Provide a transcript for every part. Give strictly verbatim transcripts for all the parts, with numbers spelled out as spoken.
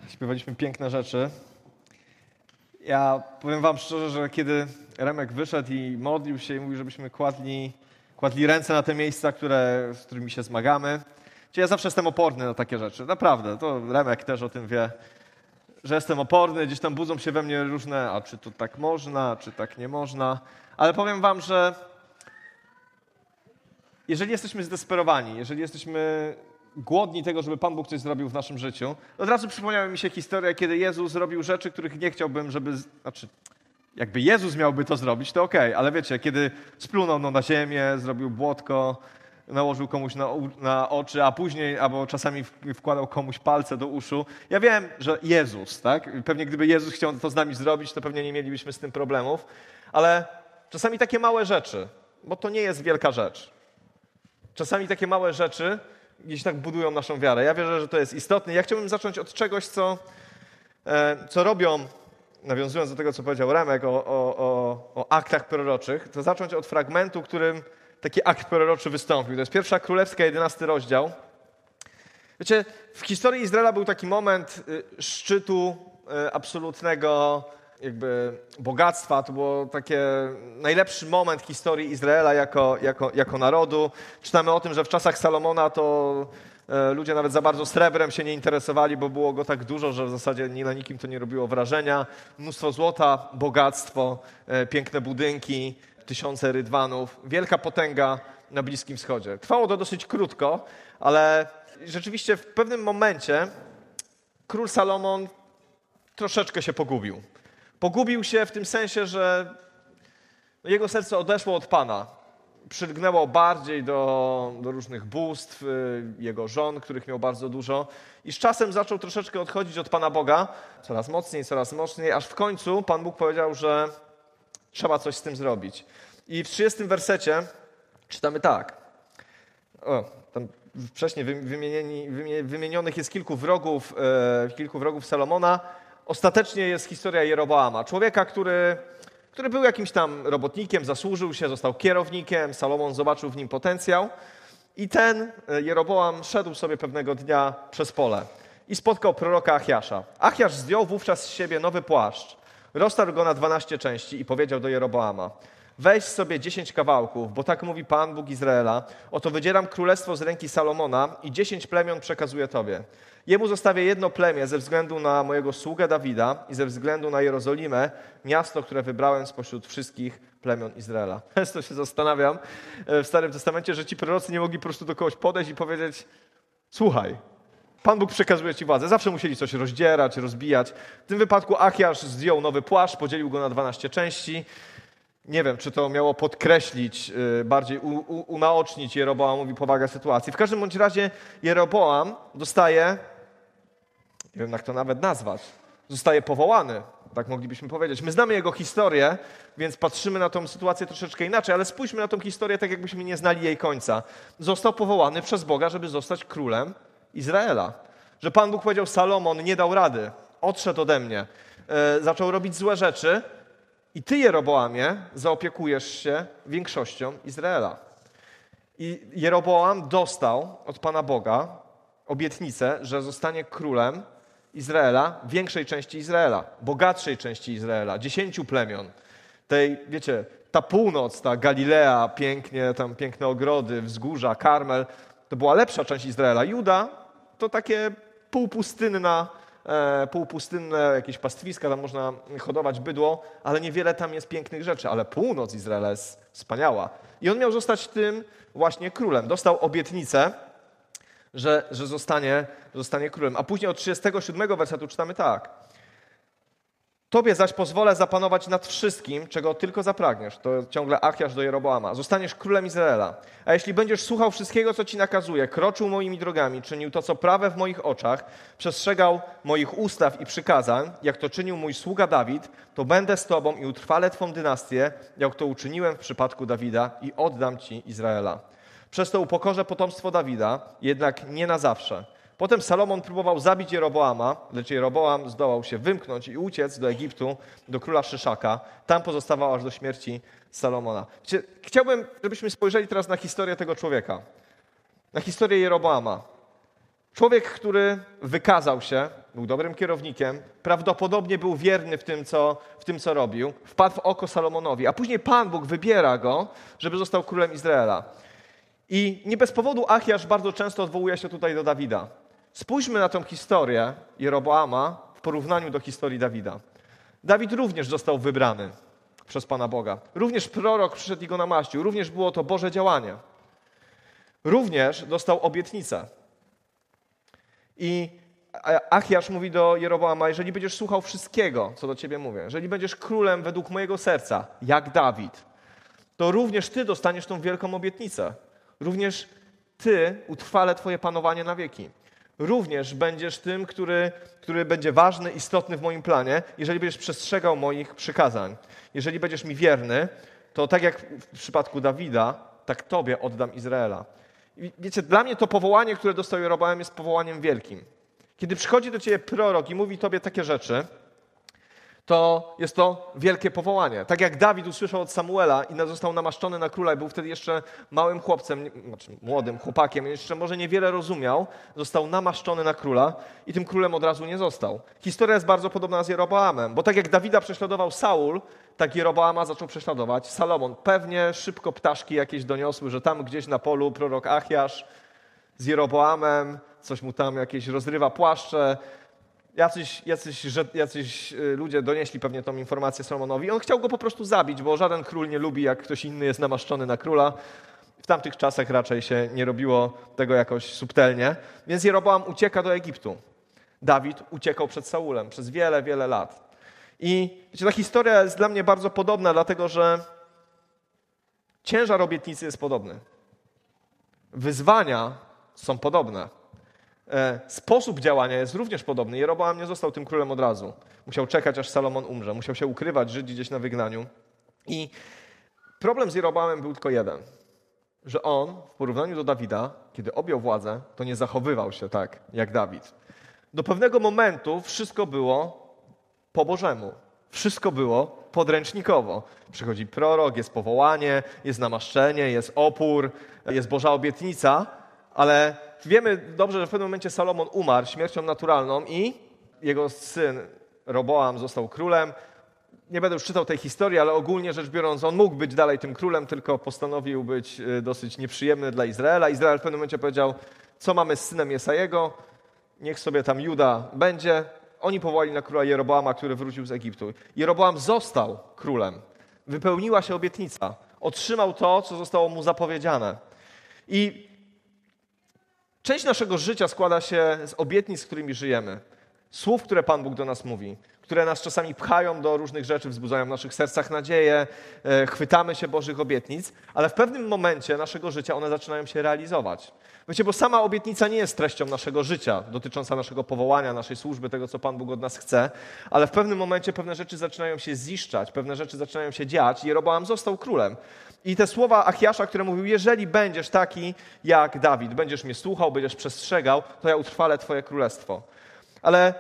Śpiewaliśmy piękne rzeczy. Ja powiem wam szczerze, że kiedy Remek wyszedł i modlił się i mówił, żebyśmy kładli, kładli ręce na te miejsca, które, z którymi się zmagamy. Czyli ja zawsze jestem oporny na takie rzeczy. Naprawdę. To Remek też o tym wie, że jestem oporny. Gdzieś tam budzą się we mnie różne, a czy to tak można, czy tak nie można. Ale powiem wam, że jeżeli jesteśmy zdesperowani, jeżeli jesteśmy głodni tego, żeby Pan Bóg coś zrobił w naszym życiu, od razu przypomniała mi się historia, kiedy Jezus robił rzeczy, których nie chciałbym, żeby... Znaczy, jakby Jezus miałby to zrobić, to okej, okay, ale wiecie, kiedy splunął no, na ziemię, zrobił błotko, nałożył komuś na, na oczy, a później, albo czasami wkładał komuś palce do uszu. Ja wiem, że Jezus, tak? Pewnie gdyby Jezus chciał to z nami zrobić, to pewnie nie mielibyśmy z tym problemów, ale czasami takie małe rzeczy, bo to nie jest wielka rzecz. Czasami takie małe rzeczy gdzieś tak budują naszą wiarę. Ja wierzę, że to jest istotne. Ja chciałbym zacząć od czegoś, co, co robią, nawiązując do tego, co powiedział Remek o, o, o, o aktach proroczych, to zacząć od fragmentu, którym taki akt proroczy wystąpił. To jest Pierwsza Królewska, jedenasty rozdział. Wiecie, w historii Izraela był taki moment szczytu absolutnego jakby bogactwa. To był taki najlepszy moment historii Izraela jako, jako, jako narodu. Czytamy o tym, że w czasach Salomona to e, ludzie nawet za bardzo srebrem się nie interesowali, bo było go tak dużo, że w zasadzie ni na nikim to nie robiło wrażenia. Mnóstwo złota, bogactwo, e, piękne budynki, tysiące rydwanów. Wielka potęga na Bliskim Wschodzie. Trwało to dosyć krótko, ale rzeczywiście w pewnym momencie król Salomon troszeczkę się pogubił. Pogubił się w tym sensie, że jego serce odeszło od Pana. Przylgnęło bardziej do, do różnych bóstw, jego żon, których miał bardzo dużo. I z czasem zaczął troszeczkę odchodzić od Pana Boga. Coraz mocniej, coraz mocniej, aż w końcu Pan Bóg powiedział, że trzeba coś z tym zrobić. I w trzydziestym wersecie czytamy tak. O, tam wcześniej wymienieni, wymienionych jest kilku wrogów, e, kilku wrogów Salomona. Ostatecznie jest historia Jeroboama. Człowieka, który, który był jakimś tam robotnikiem, zasłużył się, został kierownikiem, Salomon zobaczył w nim potencjał i ten Jeroboam szedł sobie pewnego dnia przez pole i spotkał proroka Achiasza. Achiasz zdjął wówczas z siebie nowy płaszcz, roztarł go na dwanaście części i powiedział do Jeroboama: weź sobie dziesięć kawałków, bo tak mówi Pan, Bóg Izraela. Oto wydzieram królestwo z ręki Salomona i dziesięć plemion przekazuję tobie. Jemu zostawię jedno plemię ze względu na mojego sługę Dawida i ze względu na Jerozolimę, miasto, które wybrałem spośród wszystkich plemion Izraela. Często się zastanawiam w Starym Testamencie, że ci prorocy nie mogli po prostu do kogoś podejść i powiedzieć: słuchaj, Pan Bóg przekazuje ci władzę. Zawsze musieli coś rozdzierać, rozbijać. W tym wypadku Achiasz zdjął nowy płaszcz, podzielił go na dwanaście części. Nie wiem, czy to miało podkreślić, bardziej u, u, unaocznić Jeroboamowi powagę sytuacji. W każdym bądź razie Jeroboam dostaje, nie wiem jak to nawet nazwać, zostaje powołany, tak moglibyśmy powiedzieć. My znamy jego historię, więc patrzymy na tą sytuację troszeczkę inaczej, ale spójrzmy na tą historię tak, jakbyśmy nie znali jej końca. Został powołany przez Boga, żeby zostać królem Izraela. Że Pan Bóg powiedział: Salomon nie dał rady, odszedł ode mnie, e, zaczął robić złe rzeczy, i ty, Jeroboamie, zaopiekujesz się większością Izraela. I Jeroboam dostał od Pana Boga obietnicę, że zostanie królem Izraela, większej części Izraela, bogatszej części Izraela, dziesięciu plemion. Tej, wiecie, ta północ, ta Galilea, pięknie, tam piękne ogrody, wzgórza, Karmel, to była lepsza część Izraela. Juda to takie półpustynna półpustynne jakieś pastwiska, tam można hodować bydło, ale niewiele tam jest pięknych rzeczy, ale północ Izraela jest wspaniała. I on miał zostać tym właśnie królem. Dostał obietnicę, że, że zostanie, zostanie królem. A później od trzydziestego siódmego wersetu czytamy tak. Tobie zaś pozwolę zapanować nad wszystkim, czego tylko zapragniesz. To ciągle Achiasz do Jeroboama. Zostaniesz królem Izraela. A jeśli będziesz słuchał wszystkiego, co ci nakazuję, kroczył moimi drogami, czynił to, co prawe w moich oczach, przestrzegał moich ustaw i przykazań, jak to czynił mój sługa Dawid, to będę z tobą i utrwalę twą dynastię, jak to uczyniłem w przypadku Dawida i oddam ci Izraela. Przez to upokorzę potomstwo Dawida, jednak nie na zawsze. Potem Salomon próbował zabić Jeroboama, lecz Jeroboam zdołał się wymknąć i uciec do Egiptu, do króla Szyszaka. Tam pozostawał aż do śmierci Salomona. Chciałbym, żebyśmy spojrzeli teraz na historię tego człowieka. Na historię Jeroboama. Człowiek, który wykazał się był dobrym kierownikiem, prawdopodobnie był wierny w tym, co, w tym, co robił, wpadł w oko Salomonowi, a później Pan Bóg wybiera go, żeby został królem Izraela. I nie bez powodu Achiasz bardzo często odwołuje się tutaj do Dawida. Spójrzmy na tę historię Jeroboama w porównaniu do historii Dawida. Dawid również został wybrany przez Pana Boga. Również prorok przyszedł i go namaścił. Również było to Boże działanie. Również dostał obietnicę. I Achiasz mówi do Jeroboama, jeżeli będziesz słuchał wszystkiego, co do ciebie mówię, jeżeli będziesz królem według mojego serca, jak Dawid, to również ty dostaniesz tą wielką obietnicę. Również ty utrwalę twoje panowanie na wieki. Również będziesz tym, który, który będzie ważny, istotny w moim planie, jeżeli będziesz przestrzegał moich przykazań. Jeżeli będziesz mi wierny, to tak jak w przypadku Dawida, tak tobie oddam Izraela. I wiecie, dla mnie to powołanie, które dostał Jeroboam, jest powołaniem wielkim. Kiedy przychodzi do ciebie prorok i mówi tobie takie rzeczy, to jest to wielkie powołanie. Tak jak Dawid usłyszał od Samuela i został namaszczony na króla i był wtedy jeszcze małym chłopcem, znaczy młodym chłopakiem, jeszcze może niewiele rozumiał, został namaszczony na króla i tym królem od razu nie został. Historia jest bardzo podobna z Jeroboamem, bo tak jak Dawida prześladował Saul, tak Jeroboama zaczął prześladować Salomon. Pewnie szybko ptaszki jakieś doniosły, że tam gdzieś na polu prorok Achiasz z Jeroboamem, coś mu tam jakieś rozrywa płaszcze. Jacyś, jacyś, jacyś ludzie donieśli pewnie tą informację Salomonowi. On chciał go po prostu zabić, bo żaden król nie lubi, jak ktoś inny jest namaszczony na króla. W tamtych czasach raczej się nie robiło tego jakoś subtelnie. Więc Jeroboam ucieka do Egiptu. Dawid uciekał przed Saulem przez wiele, wiele lat. I wiecie, ta historia jest dla mnie bardzo podobna, dlatego że ciężar obietnicy jest podobny. Wyzwania są podobne. Sposób działania jest również podobny. Jeroboam nie został tym królem od razu. Musiał czekać, aż Salomon umrze. Musiał się ukrywać, żyć gdzieś na wygnaniu. I problem z Jeroboamem był tylko jeden. Że on, w porównaniu do Dawida, kiedy objął władzę, to nie zachowywał się tak, jak Dawid. Do pewnego momentu wszystko było po Bożemu. Wszystko było podręcznikowo. Przychodzi prorok, jest powołanie, jest namaszczenie, jest opór, jest Boża obietnica, ale wiemy dobrze, że w pewnym momencie Salomon umarł śmiercią naturalną i jego syn Roboam został królem. Nie będę już czytał tej historii, ale ogólnie rzecz biorąc, on mógł być dalej tym królem, tylko postanowił być dosyć nieprzyjemny dla Izraela. Izrael w pewnym momencie powiedział, co mamy z synem Jesajego, niech sobie tam Juda będzie. Oni powołali na króla Jeroboama, który wrócił z Egiptu. Jeroboam został królem. Wypełniła się obietnica. Otrzymał to, co zostało mu zapowiedziane. I część naszego życia składa się z obietnic, z którymi żyjemy. Słów, które Pan Bóg do nas mówi, które nas czasami pchają do różnych rzeczy, wzbudzają w naszych sercach nadzieję, chwytamy się Bożych obietnic, ale w pewnym momencie naszego życia one zaczynają się realizować. Wiecie, bo sama obietnica nie jest treścią naszego życia, dotycząca naszego powołania, naszej służby, tego, co Pan Bóg od nas chce, ale w pewnym momencie pewne rzeczy zaczynają się ziszczać, pewne rzeczy zaczynają się dziać i Jeroboam został królem. I te słowa Achiasza, które mówił, jeżeli będziesz taki jak Dawid, będziesz mnie słuchał, będziesz przestrzegał, to ja utrwalę twoje królestwo. Ale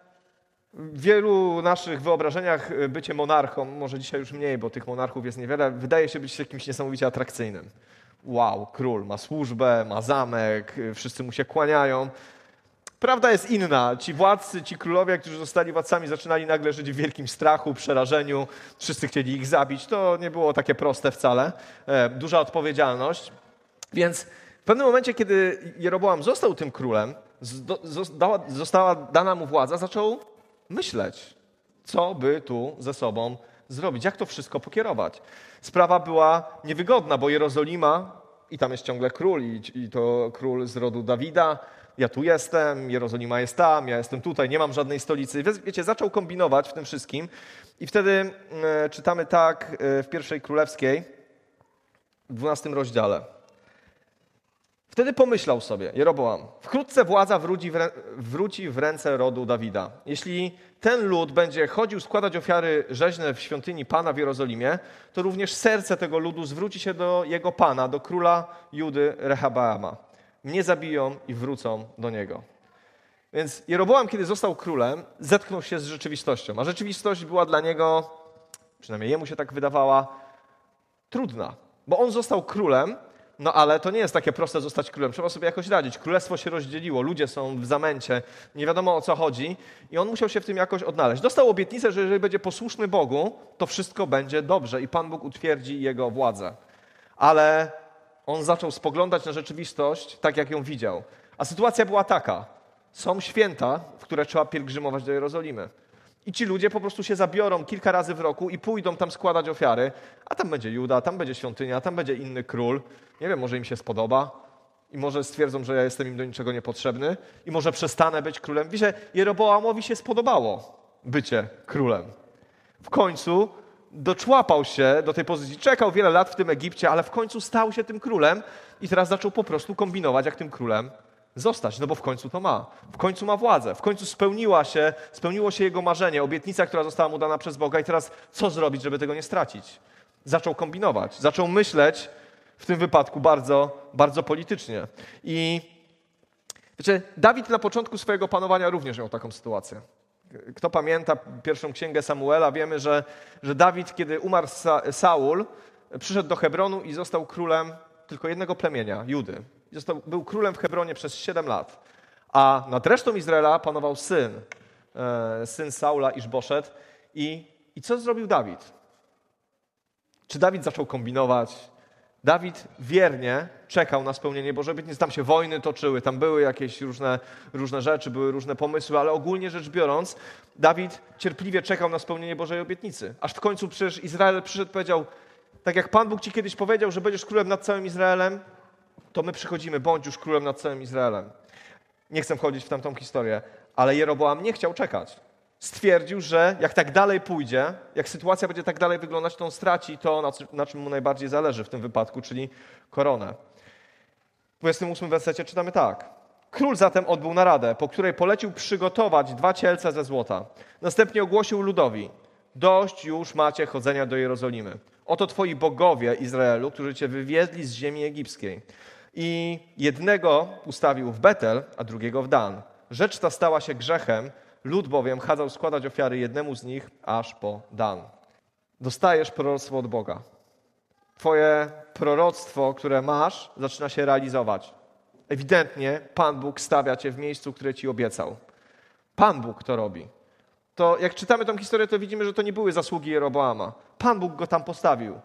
w wielu naszych wyobrażeniach bycie monarchą, może dzisiaj już mniej, bo tych monarchów jest niewiele, wydaje się być jakimś niesamowicie atrakcyjnym. Wow, król ma służbę, ma zamek, wszyscy mu się kłaniają. Prawda jest inna. Ci władcy, ci królowie, którzy zostali władcami, zaczynali nagle żyć w wielkim strachu, przerażeniu. Wszyscy chcieli ich zabić. To nie było takie proste wcale. E, duża odpowiedzialność. Więc w pewnym momencie, kiedy Jeroboam został tym królem, została dana mu władza, zaczął myśleć, co by tu ze sobą zrobić, jak to wszystko pokierować. Sprawa była niewygodna, bo Jerozolima, i tam jest ciągle król, i, i to król z rodu Dawida, ja tu jestem, Jerozolima jest tam, ja jestem tutaj, nie mam żadnej stolicy. Wiecie, zaczął kombinować w tym wszystkim i wtedy e, czytamy tak e, w pierwszej królewskiej, w dwunastym rozdziale. Wtedy pomyślał sobie Jeroboam, wkrótce władza wróci w, rę- wróci w ręce rodu Dawida. Jeśli ten lud będzie chodził składać ofiary rzeźne w świątyni Pana w Jerozolimie, to również serce tego ludu zwróci się do jego Pana, do króla Judy Rehabeama. Mnie zabiją i wrócą do niego. Więc Jeroboam, kiedy został królem, zetknął się z rzeczywistością. A rzeczywistość była dla niego, przynajmniej jemu się tak wydawała, trudna. Bo on został królem, no ale to nie jest takie proste zostać królem. Trzeba sobie jakoś radzić. Królestwo się rozdzieliło, ludzie są w zamęcie, nie wiadomo o co chodzi i on musiał się w tym jakoś odnaleźć. Dostał obietnicę, że jeżeli będzie posłuszny Bogu, to wszystko będzie dobrze i Pan Bóg utwierdzi jego władzę. Ale on zaczął spoglądać na rzeczywistość tak, jak ją widział. A sytuacja była taka. Są święta, w które trzeba pielgrzymować do Jerozolimy. I ci ludzie po prostu się zabiorą kilka razy w roku i pójdą tam składać ofiary, a tam będzie Juda, tam będzie świątynia, tam będzie inny król. Nie wiem, może im się spodoba i może stwierdzą, że ja jestem im do niczego niepotrzebny i może przestanę być królem. Wiecie, Jeroboamowi się spodobało bycie królem. W końcu doczłapał się do tej pozycji, czekał wiele lat w tym Egipcie, ale w końcu stał się tym królem i teraz zaczął po prostu kombinować, jak tym królem zostać, no bo w końcu to ma. W końcu ma władzę. W końcu spełniła się, spełniło się jego marzenie, obietnica, która została mu dana przez Boga i teraz co zrobić, żeby tego nie stracić? Zaczął kombinować, zaczął myśleć w tym wypadku bardzo, bardzo politycznie. I wiecie, Dawid na początku swojego panowania również miał taką sytuację. Kto pamięta pierwszą księgę Samuela, wiemy, że, że Dawid, kiedy umarł Sa- Saul, przyszedł do Hebronu i został królem tylko jednego plemienia, Judy. Został, był królem w Hebronie przez siedem lat, a nad resztą Izraela panował syn, e, syn Saula, Iszboszet. I, I co zrobił Dawid? Czy Dawid zaczął kombinować? Dawid wiernie czekał na spełnienie Bożej obietnicy. Tam się wojny toczyły, tam były jakieś różne, różne rzeczy, były różne pomysły, ale ogólnie rzecz biorąc, Dawid cierpliwie czekał na spełnienie Bożej obietnicy. Aż w końcu przecież Izrael przyszedł i powiedział, tak jak Pan Bóg ci kiedyś powiedział, że będziesz królem nad całym Izraelem, to my przychodzimy, bądź już królem nad całym Izraelem. Nie chcę wchodzić w tamtą historię, ale Jeroboam nie chciał czekać. Stwierdził, że jak tak dalej pójdzie, jak sytuacja będzie tak dalej wyglądać, to on straci to, na, na czym mu najbardziej zależy w tym wypadku, czyli koronę. W dwudziestym ósmym wersecie czytamy tak. Król zatem odbył naradę, po której polecił przygotować dwa cielce ze złota. Następnie ogłosił ludowi, dość już macie chodzenia do Jerozolimy. Oto twoi bogowie Izraelu, którzy cię wywiedli z ziemi egipskiej. I jednego ustawił w Betel, a drugiego w Dan. Rzecz ta stała się grzechem, lud bowiem chadzał składać ofiary jednemu z nich aż po Dan. Dostajesz proroctwo od Boga. Twoje proroctwo, które masz, zaczyna się realizować. Ewidentnie Pan Bóg stawia cię w miejscu, które ci obiecał. Pan Bóg to robi. To jak czytamy tę historię, to widzimy, że to nie były zasługi Jeroboama. Pan Bóg go tam postawił.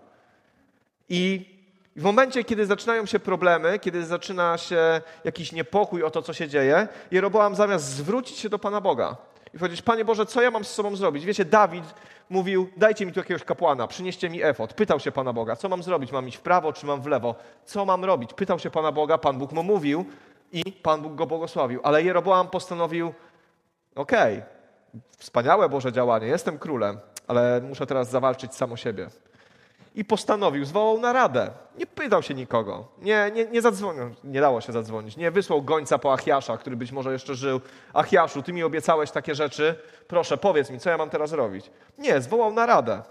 I w momencie, kiedy zaczynają się problemy, kiedy zaczyna się jakiś niepokój o to, co się dzieje, Jeroboam zamiast zwrócić się do Pana Boga i powiedzieć, Panie Boże, co ja mam z sobą zrobić? Wiecie, Dawid mówił, dajcie mi tu jakiegoś kapłana, przynieście mi efod. Pytał się Pana Boga, co mam zrobić? Mam iść w prawo, czy mam w lewo? Co mam robić? Pytał się Pana Boga, Pan Bóg mu mówił i Pan Bóg go błogosławił. Ale Jeroboam postanowił, okej, okay, wspaniałe Boże działanie, jestem królem, ale muszę teraz zawalczyć sam o siebie. I postanowił, zwołał naradę. Nie pytał się nikogo. Nie, nie, nie zadzwonił, nie dało się zadzwonić. Nie wysłał gońca po Achiasza, który być może jeszcze żył. Achiaszu, ty mi obiecałeś takie rzeczy, proszę, powiedz mi, co ja mam teraz robić. Nie, zwołał naradę,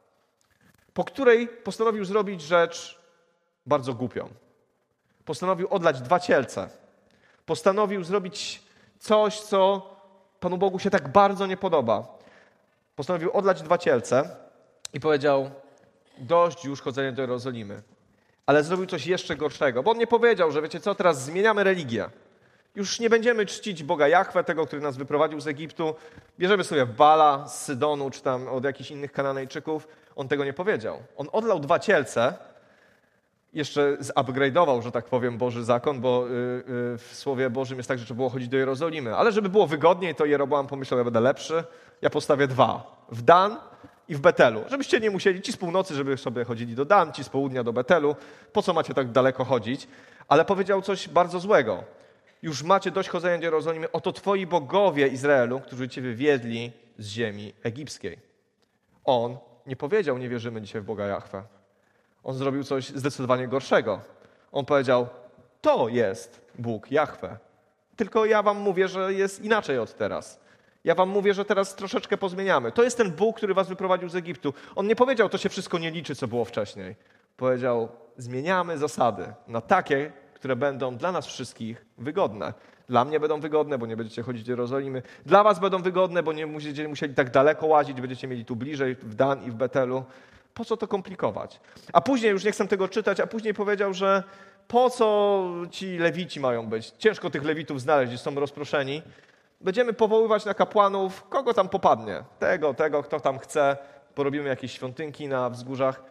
po której postanowił zrobić rzecz bardzo głupią. Postanowił odlać dwa cielce. Postanowił zrobić coś, co Panu Bogu się tak bardzo nie podoba. Postanowił odlać dwa cielce i powiedział, dość już chodzenia do Jerozolimy. Ale zrobił coś jeszcze gorszego, bo on nie powiedział, że wiecie co, teraz zmieniamy religię. Już nie będziemy czcić Boga Jahwe, tego, który nas wyprowadził z Egiptu. Bierzemy sobie Bala z Sydonu, czy tam od jakichś innych Kananejczyków. On tego nie powiedział. On odlał dwa cielce, jeszcze zupgrade'ował, że tak powiem, Boży zakon, bo yy, yy, w Słowie Bożym jest tak, że trzeba było chodzić do Jerozolimy. Ale żeby było wygodniej, to Jeroboam pomyślał, ja będę lepszy, ja postawię dwa. W Dan i w Betelu. Żebyście nie musieli, ci z północy, żeby sobie chodzili do Dan, ci z południa do Betelu. Po co macie tak daleko chodzić? Ale powiedział coś bardzo złego. Już macie dość chodzenia do Jerozolimy. Oto twoi bogowie Izraelu, którzy cię wywiedli z ziemi egipskiej. On nie powiedział, nie wierzymy dzisiaj w Boga Jahwe. On zrobił coś zdecydowanie gorszego. On powiedział, to jest Bóg Jahwe. Tylko ja wam mówię, że jest inaczej od teraz. Ja wam mówię, że teraz troszeczkę pozmieniamy. To jest ten Bóg, który was wyprowadził z Egiptu. On nie powiedział, to się wszystko nie liczy, co było wcześniej. Powiedział, zmieniamy zasady na takie, które będą dla nas wszystkich wygodne. Dla mnie będą wygodne, bo nie będziecie chodzić do Jerozolimy. Dla was będą wygodne, bo nie będziecie musieli tak daleko łazić, będziecie mieli tu bliżej, w Dan i w Betelu. Po co to komplikować? A później, już nie chcę tego czytać, a później powiedział, że po co ci lewici mają być? Ciężko tych lewitów znaleźć, gdzie są rozproszeni. Będziemy powoływać na kapłanów, kogo tam popadnie. Tego, tego, kto tam chce. Porobimy jakieś świątynki na wzgórzach.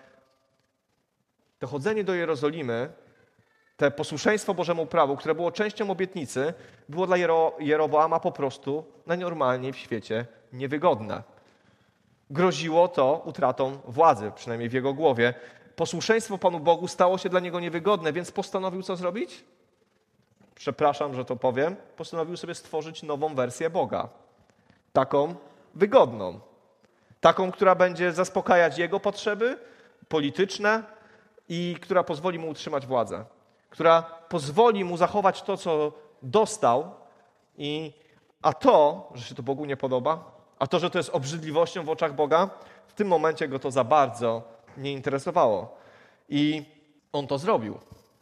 To chodzenie do Jerozolimy, to posłuszeństwo Bożemu prawu, które było częścią obietnicy, było dla Jero, Jeroboama po prostu najnormalniej w świecie niewygodne. Groziło to utratą władzy, przynajmniej w jego głowie. Posłuszeństwo Panu Bogu stało się dla niego niewygodne, więc postanowił co zrobić? Przepraszam, że to powiem. Postanowił sobie stworzyć nową wersję Boga. Taką wygodną. Taką, która będzie zaspokajać jego potrzeby polityczne i która pozwoli mu utrzymać władzę. Która pozwoli mu zachować to, co dostał, i, a to, że się to Bogu nie podoba, a to, że to jest obrzydliwością w oczach Boga, w tym momencie go to za bardzo nie interesowało. I on to zrobił.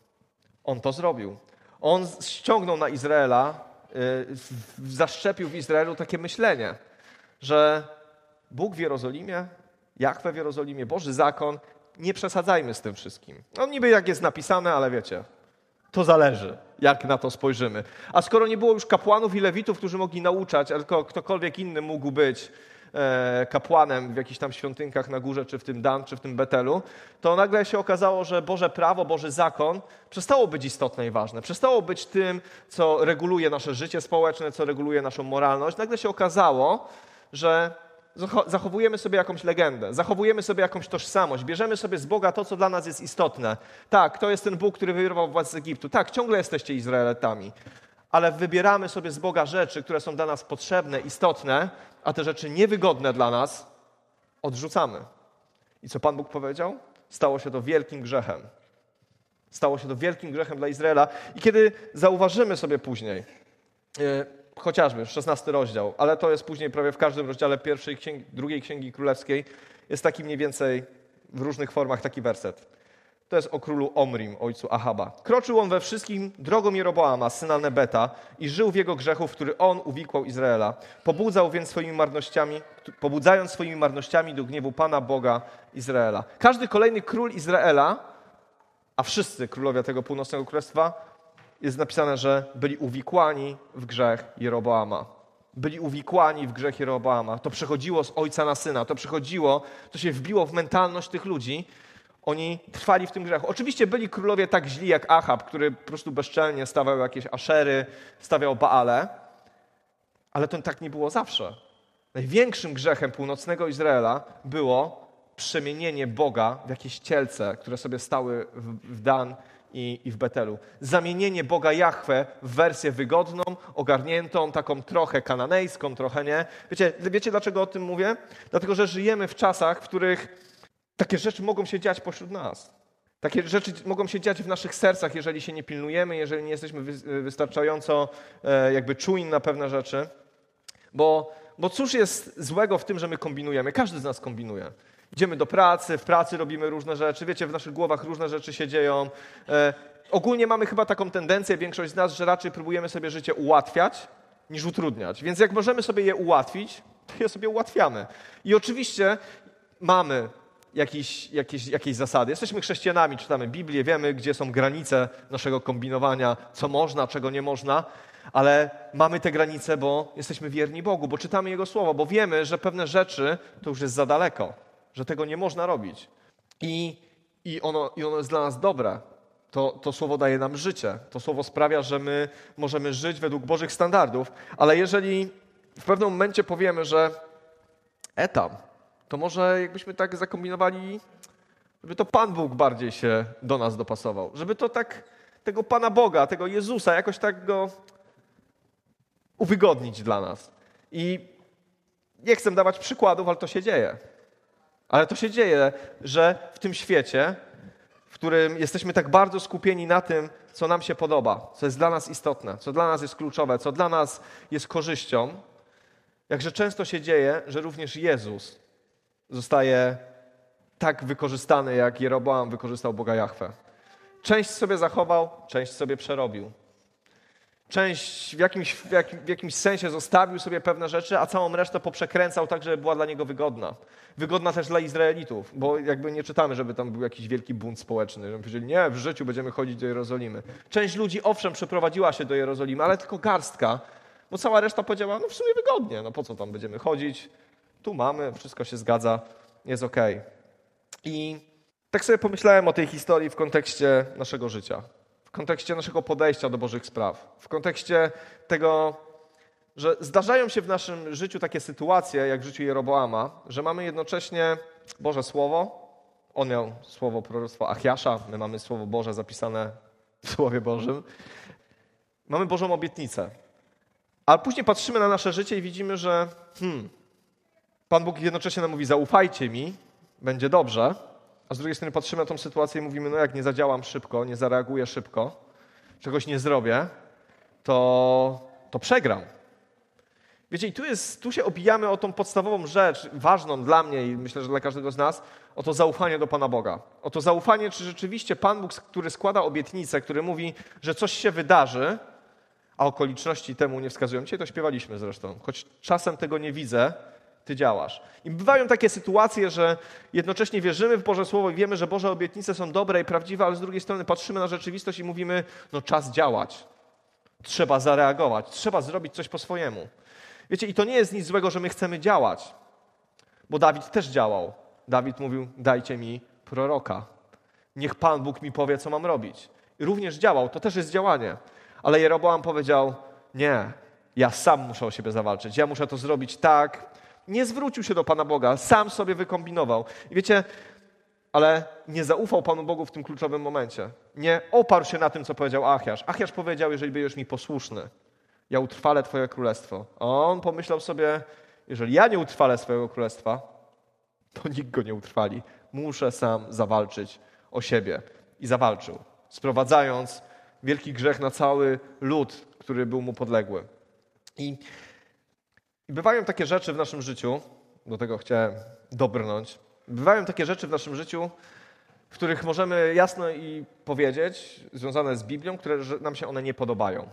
On to zrobił. On ściągnął na Izraela, yy, zaszczepił w Izraelu takie myślenie, że Bóg w Jerozolimie, Jahwe w Jerozolimie, Boży zakon, nie przesadzajmy z tym wszystkim. No niby jak jest napisane, ale wiecie, to zależy, jak na to spojrzymy. A skoro nie było już kapłanów i lewitów, którzy mogli nauczać, a tylko ktokolwiek inny mógł być e, kapłanem w jakichś tam świątynkach na górze, czy w tym Dan, czy w tym Betelu, to nagle się okazało, że Boże prawo, Boży zakon przestało być istotne i ważne. Przestało być tym, co reguluje nasze życie społeczne, co reguluje naszą moralność. Nagle się okazało, że zachowujemy sobie jakąś legendę, zachowujemy sobie jakąś tożsamość, bierzemy sobie z Boga to, co dla nas jest istotne. Tak, to jest ten Bóg, który wyrwał was z Egiptu. Tak, ciągle jesteście Izraelitami, ale wybieramy sobie z Boga rzeczy, które są dla nas potrzebne, istotne, a te rzeczy niewygodne dla nas odrzucamy. I co Pan Bóg powiedział? Stało się to wielkim grzechem. Stało się to wielkim grzechem dla Izraela. I kiedy zauważymy sobie później, yy, chociażby szesnasty rozdział, ale to jest później prawie w każdym rozdziale pierwszej księgi, drugiej Księgi Królewskiej, jest taki mniej więcej w różnych formach taki werset. To jest o królu Omrim, ojcu Ahaba. Kroczył on we wszystkim drogą Jeroboama, syna Nebeta, i żył w jego grzechu, w który on uwikłał Izraela. Pobudzał więc swoimi marnościami, pobudzając swoimi marnościami do gniewu Pana Boga Izraela. Każdy kolejny król Izraela, a wszyscy królowie tego północnego królestwa, jest napisane, że byli uwikłani w grzech Jeroboama. Byli uwikłani w grzech Jeroboama. To przechodziło z ojca na syna. To przechodziło, to się wbiło w mentalność tych ludzi. Oni trwali w tym grzechu. Oczywiście byli królowie tak źli jak Achab, który po prostu bezczelnie stawiał jakieś aszery, stawiał Baale, ale to tak nie było zawsze. Największym grzechem północnego Izraela było przemienienie Boga w jakieś cielce, które sobie stały w Dan i, i w Betelu. Zamienienie Boga Jahwe w wersję wygodną, ogarniętą, taką trochę kananejską, trochę nie. Wiecie, wiecie dlaczego o tym mówię? Dlatego, że żyjemy w czasach, w których takie rzeczy mogą się dziać pośród nas. Takie rzeczy mogą się dziać w naszych sercach, jeżeli się nie pilnujemy, jeżeli nie jesteśmy wystarczająco e, jakby czujni na pewne rzeczy. Bo, bo cóż jest złego w tym, że my kombinujemy? Każdy z nas kombinuje. Idziemy do pracy, w pracy robimy różne rzeczy, wiecie, w naszych głowach różne rzeczy się dzieją. E, ogólnie mamy chyba taką tendencję, większość z nas, że raczej próbujemy sobie życie ułatwiać niż utrudniać. Więc jak możemy sobie je ułatwić, to je sobie ułatwiamy. I oczywiście mamy jakieś, jakieś, jakieś zasady. Jesteśmy chrześcijanami, czytamy Biblię, wiemy, gdzie są granice naszego kombinowania, co można, czego nie można, ale mamy te granice, bo jesteśmy wierni Bogu, bo czytamy Jego Słowo, bo wiemy, że pewne rzeczy to już jest za daleko, że tego nie można robić. I, i, ono, i ono jest dla nas dobre. To, to Słowo daje nam życie. To Słowo sprawia, że my możemy żyć według Bożych standardów, ale jeżeli w pewnym momencie powiemy, że etam, to może jakbyśmy tak zakombinowali, żeby to Pan Bóg bardziej się do nas dopasował. Żeby to tak, tego Pana Boga, tego Jezusa, jakoś tak go uwygodnić dla nas. I nie chcę dawać przykładów, ale to się dzieje. Ale to się dzieje, że w tym świecie, w którym jesteśmy tak bardzo skupieni na tym, co nam się podoba, co jest dla nas istotne, co dla nas jest kluczowe, co dla nas jest korzyścią, jakże często się dzieje, że również Jezus zostaje tak wykorzystany, jak Jeroboam wykorzystał Boga Jahwe. Część sobie zachował, część sobie przerobił. Część w jakimś, w, jakim, w jakimś sensie zostawił sobie pewne rzeczy, a całą resztę poprzekręcał tak, żeby była dla niego wygodna. Wygodna też dla Izraelitów, bo jakby nie czytamy, żeby tam był jakiś wielki bunt społeczny, żeby powiedzieli, nie, w życiu będziemy chodzić do Jerozolimy. Część ludzi owszem przeprowadziła się do Jerozolimy, ale tylko garstka, bo cała reszta powiedziała, no w sumie wygodnie, no po co tam będziemy chodzić, tu mamy, wszystko się zgadza, jest okej. I tak sobie pomyślałem o tej historii w kontekście naszego życia. W kontekście naszego podejścia do Bożych spraw, w kontekście tego, że zdarzają się w naszym życiu takie sytuacje, jak w życiu Jeroboama, że mamy jednocześnie Boże Słowo, on miał słowo proroctwa Achiasza, my mamy Słowo Boże zapisane w Słowie Bożym, mamy Bożą obietnicę, ale później patrzymy na nasze życie i widzimy, że hmm, Pan Bóg jednocześnie nam mówi, zaufajcie mi, będzie dobrze, a z drugiej strony patrzymy na tą sytuację i mówimy, no jak nie zadziałam szybko, nie zareaguję szybko, czegoś nie zrobię, to, to przegram. Wiecie, i tu, jest, tu się obijamy o tą podstawową rzecz, ważną dla mnie i myślę, że dla każdego z nas, o to zaufanie do Pana Boga. O to zaufanie, czy rzeczywiście Pan Bóg, który składa obietnicę, który mówi, że coś się wydarzy, a okoliczności temu nie wskazują. Dzisiaj to śpiewaliśmy zresztą, choć czasem tego nie widzę, Ty działasz. I bywają takie sytuacje, że jednocześnie wierzymy w Boże Słowo i wiemy, że Boże obietnice są dobre i prawdziwe, ale z drugiej strony patrzymy na rzeczywistość i mówimy, no czas działać. Trzeba zareagować, trzeba zrobić coś po swojemu. Wiecie, i to nie jest nic złego, że my chcemy działać, bo Dawid też działał. Dawid mówił, dajcie mi proroka. Niech Pan Bóg mi powie, co mam robić. I również działał, to też jest działanie. Ale Jeroboam powiedział, nie, ja sam muszę o siebie zawalczyć, ja muszę to zrobić tak. Nie zwrócił się do Pana Boga, sam sobie wykombinował. I wiecie, ale nie zaufał Panu Bogu w tym kluczowym momencie. Nie oparł się na tym, co powiedział Achiasz. Achiasz powiedział, jeżeli będziesz mi posłuszny, ja utrwalę Twoje królestwo. A on pomyślał sobie, jeżeli ja nie utrwalę swojego królestwa, to nikt go nie utrwali. Muszę sam zawalczyć o siebie. I zawalczył, sprowadzając wielki grzech na cały lud, który był mu podległy. I, i bywają takie rzeczy w naszym życiu, do tego chciałem dobrnąć, bywają takie rzeczy w naszym życiu, w których możemy jasno i powiedzieć, związane z Biblią, które że nam się one nie podobają.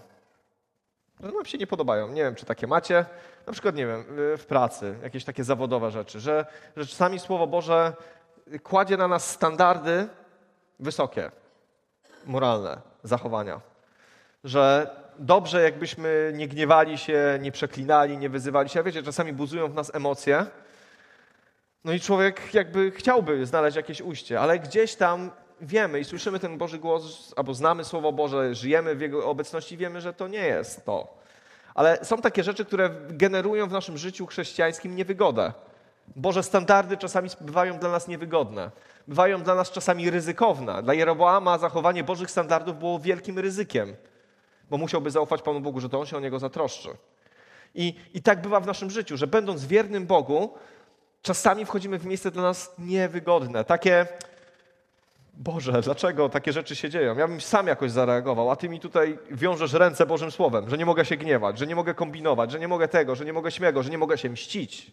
Że nam się nie podobają. Nie wiem, czy takie macie. Na przykład, nie wiem, w pracy, jakieś takie zawodowe rzeczy, że, że czasami Słowo Boże kładzie na nas standardy wysokie, moralne zachowania. Że dobrze, jakbyśmy nie gniewali się, nie przeklinali, nie wyzywali się. A wiecie, czasami buzują w nas emocje. No i człowiek jakby chciałby znaleźć jakieś ujście, ale gdzieś tam wiemy i słyszymy ten Boży głos, albo znamy Słowo Boże, żyjemy w Jego obecności, wiemy, że to nie jest to. Ale są takie rzeczy, które generują w naszym życiu chrześcijańskim niewygodę. Boże standardy czasami bywają dla nas niewygodne. Bywają dla nas czasami ryzykowne. Dla Jeroboama zachowanie Bożych standardów było wielkim ryzykiem, bo musiałby zaufać Panu Bogu, że to On się o niego zatroszczy. I, i tak bywa w naszym życiu, że będąc wiernym Bogu, czasami wchodzimy w miejsce dla nas niewygodne. Takie, Boże, dlaczego takie rzeczy się dzieją? Ja bym sam jakoś zareagował, a Ty mi tutaj wiążesz ręce Bożym Słowem, że nie mogę się gniewać, że nie mogę kombinować, że nie mogę tego, że nie mogę śmego, że nie mogę się mścić.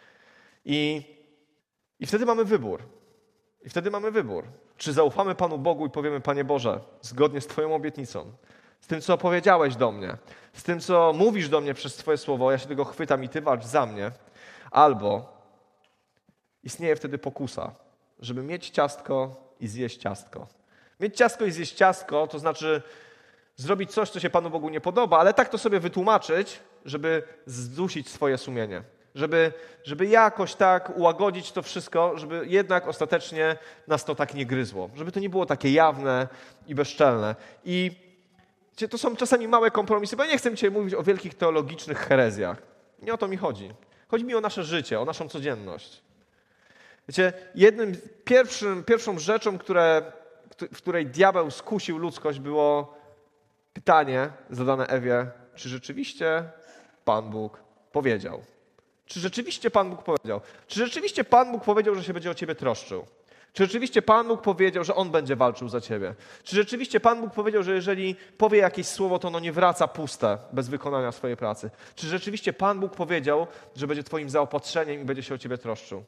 I, i wtedy mamy wybór. I wtedy mamy wybór. Czy zaufamy Panu Bogu i powiemy, Panie Boże, zgodnie z Twoją obietnicą, z tym, co powiedziałeś do mnie, z tym, co mówisz do mnie przez Twoje słowo, ja się tego chwytam i Ty walcz za mnie, albo istnieje wtedy pokusa, żeby mieć ciastko i zjeść ciastko. Mieć ciastko i zjeść ciastko, to znaczy zrobić coś, co się Panu Bogu nie podoba, ale tak to sobie wytłumaczyć, żeby zdusić swoje sumienie. Żeby, żeby jakoś tak ułagodzić to wszystko, żeby jednak ostatecznie nas to tak nie gryzło. Żeby to nie było takie jawne i bezczelne. I to są czasami małe kompromisy, bo ja nie chcę dzisiaj mówić o wielkich teologicznych herezjach. Nie o to mi chodzi. Chodzi mi o nasze życie, o naszą codzienność. Wiecie, jednym, pierwszym, pierwszą rzeczą, które, w której diabeł skusił ludzkość, było pytanie zadane Ewie, czy rzeczywiście Pan Bóg powiedział? Czy rzeczywiście Pan Bóg powiedział? Czy rzeczywiście Pan Bóg powiedział, że się będzie o ciebie troszczył? Czy rzeczywiście Pan Bóg powiedział, że On będzie walczył za ciebie? Czy rzeczywiście Pan Bóg powiedział, że jeżeli powie jakieś słowo, to ono nie wraca puste, bez wykonania swojej pracy? Czy rzeczywiście Pan Bóg powiedział, że będzie twoim zaopatrzeniem i będzie się o ciebie troszczył?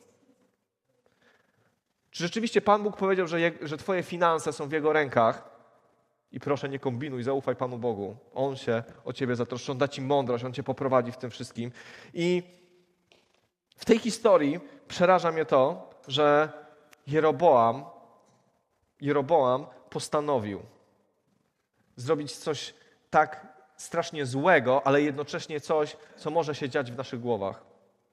Czy rzeczywiście Pan Bóg powiedział, że, je, że twoje finanse są w Jego rękach I proszę, nie kombinuj, zaufaj Panu Bogu. On się o ciebie zatroszczy, On da ci mądrość, On cię poprowadzi w tym wszystkim. I w tej historii przeraża mnie to, że Jeroboam, Jeroboam postanowił zrobić coś tak strasznie złego, ale jednocześnie coś, co może się dziać w naszych głowach.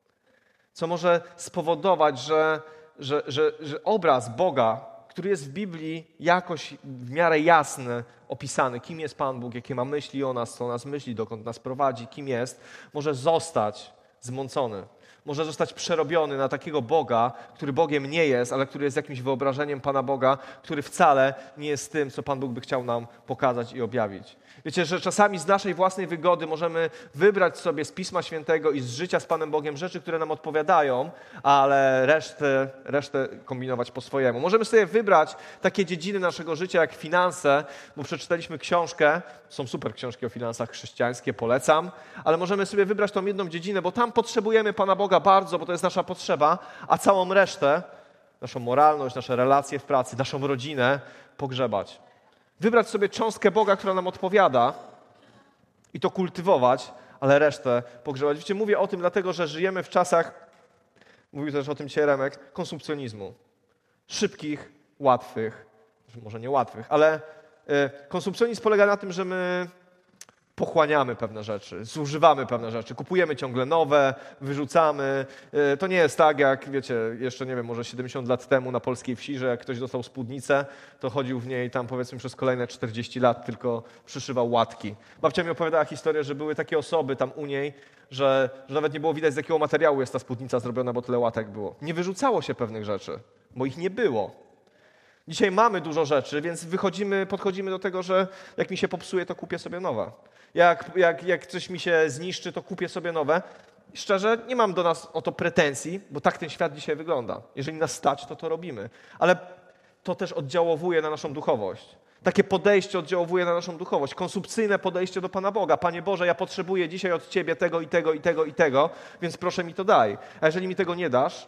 Co może spowodować, że, że, że, że obraz Boga, który jest w Biblii jakoś w miarę jasny, opisany, kim jest Pan Bóg, jakie ma myśli o nas, co o nas myśli, dokąd nas prowadzi, kim jest, może zostać zmącony. Może zostać przerobiony na takiego Boga, który Bogiem nie jest, ale który jest jakimś wyobrażeniem Pana Boga, który wcale nie jest tym, co Pan Bóg by chciał nam pokazać i objawić. Wiecie, że czasami z naszej własnej wygody możemy wybrać sobie z Pisma Świętego i z życia z Panem Bogiem rzeczy, które nam odpowiadają, ale resztę, resztę kombinować po swojemu. Możemy sobie wybrać takie dziedziny naszego życia jak finanse, bo przeczytaliśmy książkę, są super książki o finansach chrześcijańskie, polecam, ale możemy sobie wybrać tą jedną dziedzinę, bo tam potrzebujemy Pana Boga bardzo, bo to jest nasza potrzeba, a całą resztę, naszą moralność, nasze relacje w pracy, naszą rodzinę pogrzebać. Wybrać sobie cząstkę Boga, która nam odpowiada i to kultywować, ale resztę pogrzebać. Wiecie, mówię o tym dlatego, że żyjemy w czasach, mówił też o tym dzisiaj Remek, konsumpcjonizmu. Szybkich, łatwych, może nie łatwych, ale y, konsumpcjonizm polega na tym, że my pochłaniamy pewne rzeczy, zużywamy pewne rzeczy, kupujemy ciągle nowe, wyrzucamy. To nie jest tak, jak wiecie, jeszcze nie wiem, może siedemdziesiąt lat temu na polskiej wsi, że jak ktoś dostał spódnicę, to chodził w niej tam powiedzmy przez kolejne czterdzieści lat, tylko przyszywał łatki. Babcia mi opowiadała historię, że były takie osoby tam u niej, że, że nawet nie było widać, z jakiego materiału jest ta spódnica zrobiona, bo tyle łatek było. Nie wyrzucało się pewnych rzeczy, bo ich nie było. Dzisiaj mamy dużo rzeczy, więc wychodzimy, podchodzimy do tego, że jak mi się popsuje, to kupię sobie nowe. Jak, jak, jak coś mi się zniszczy, to kupię sobie nowe. Szczerze, nie mam do nas o to pretensji, bo tak ten świat dzisiaj wygląda. Jeżeli nas stać, to to robimy. Ale to też oddziałowuje na naszą duchowość. Takie podejście oddziałowuje na naszą duchowość. Konsumpcyjne podejście do Pana Boga. Panie Boże, ja potrzebuję dzisiaj od Ciebie tego i tego i tego i tego, więc proszę mi to daj. A jeżeli mi tego nie dasz,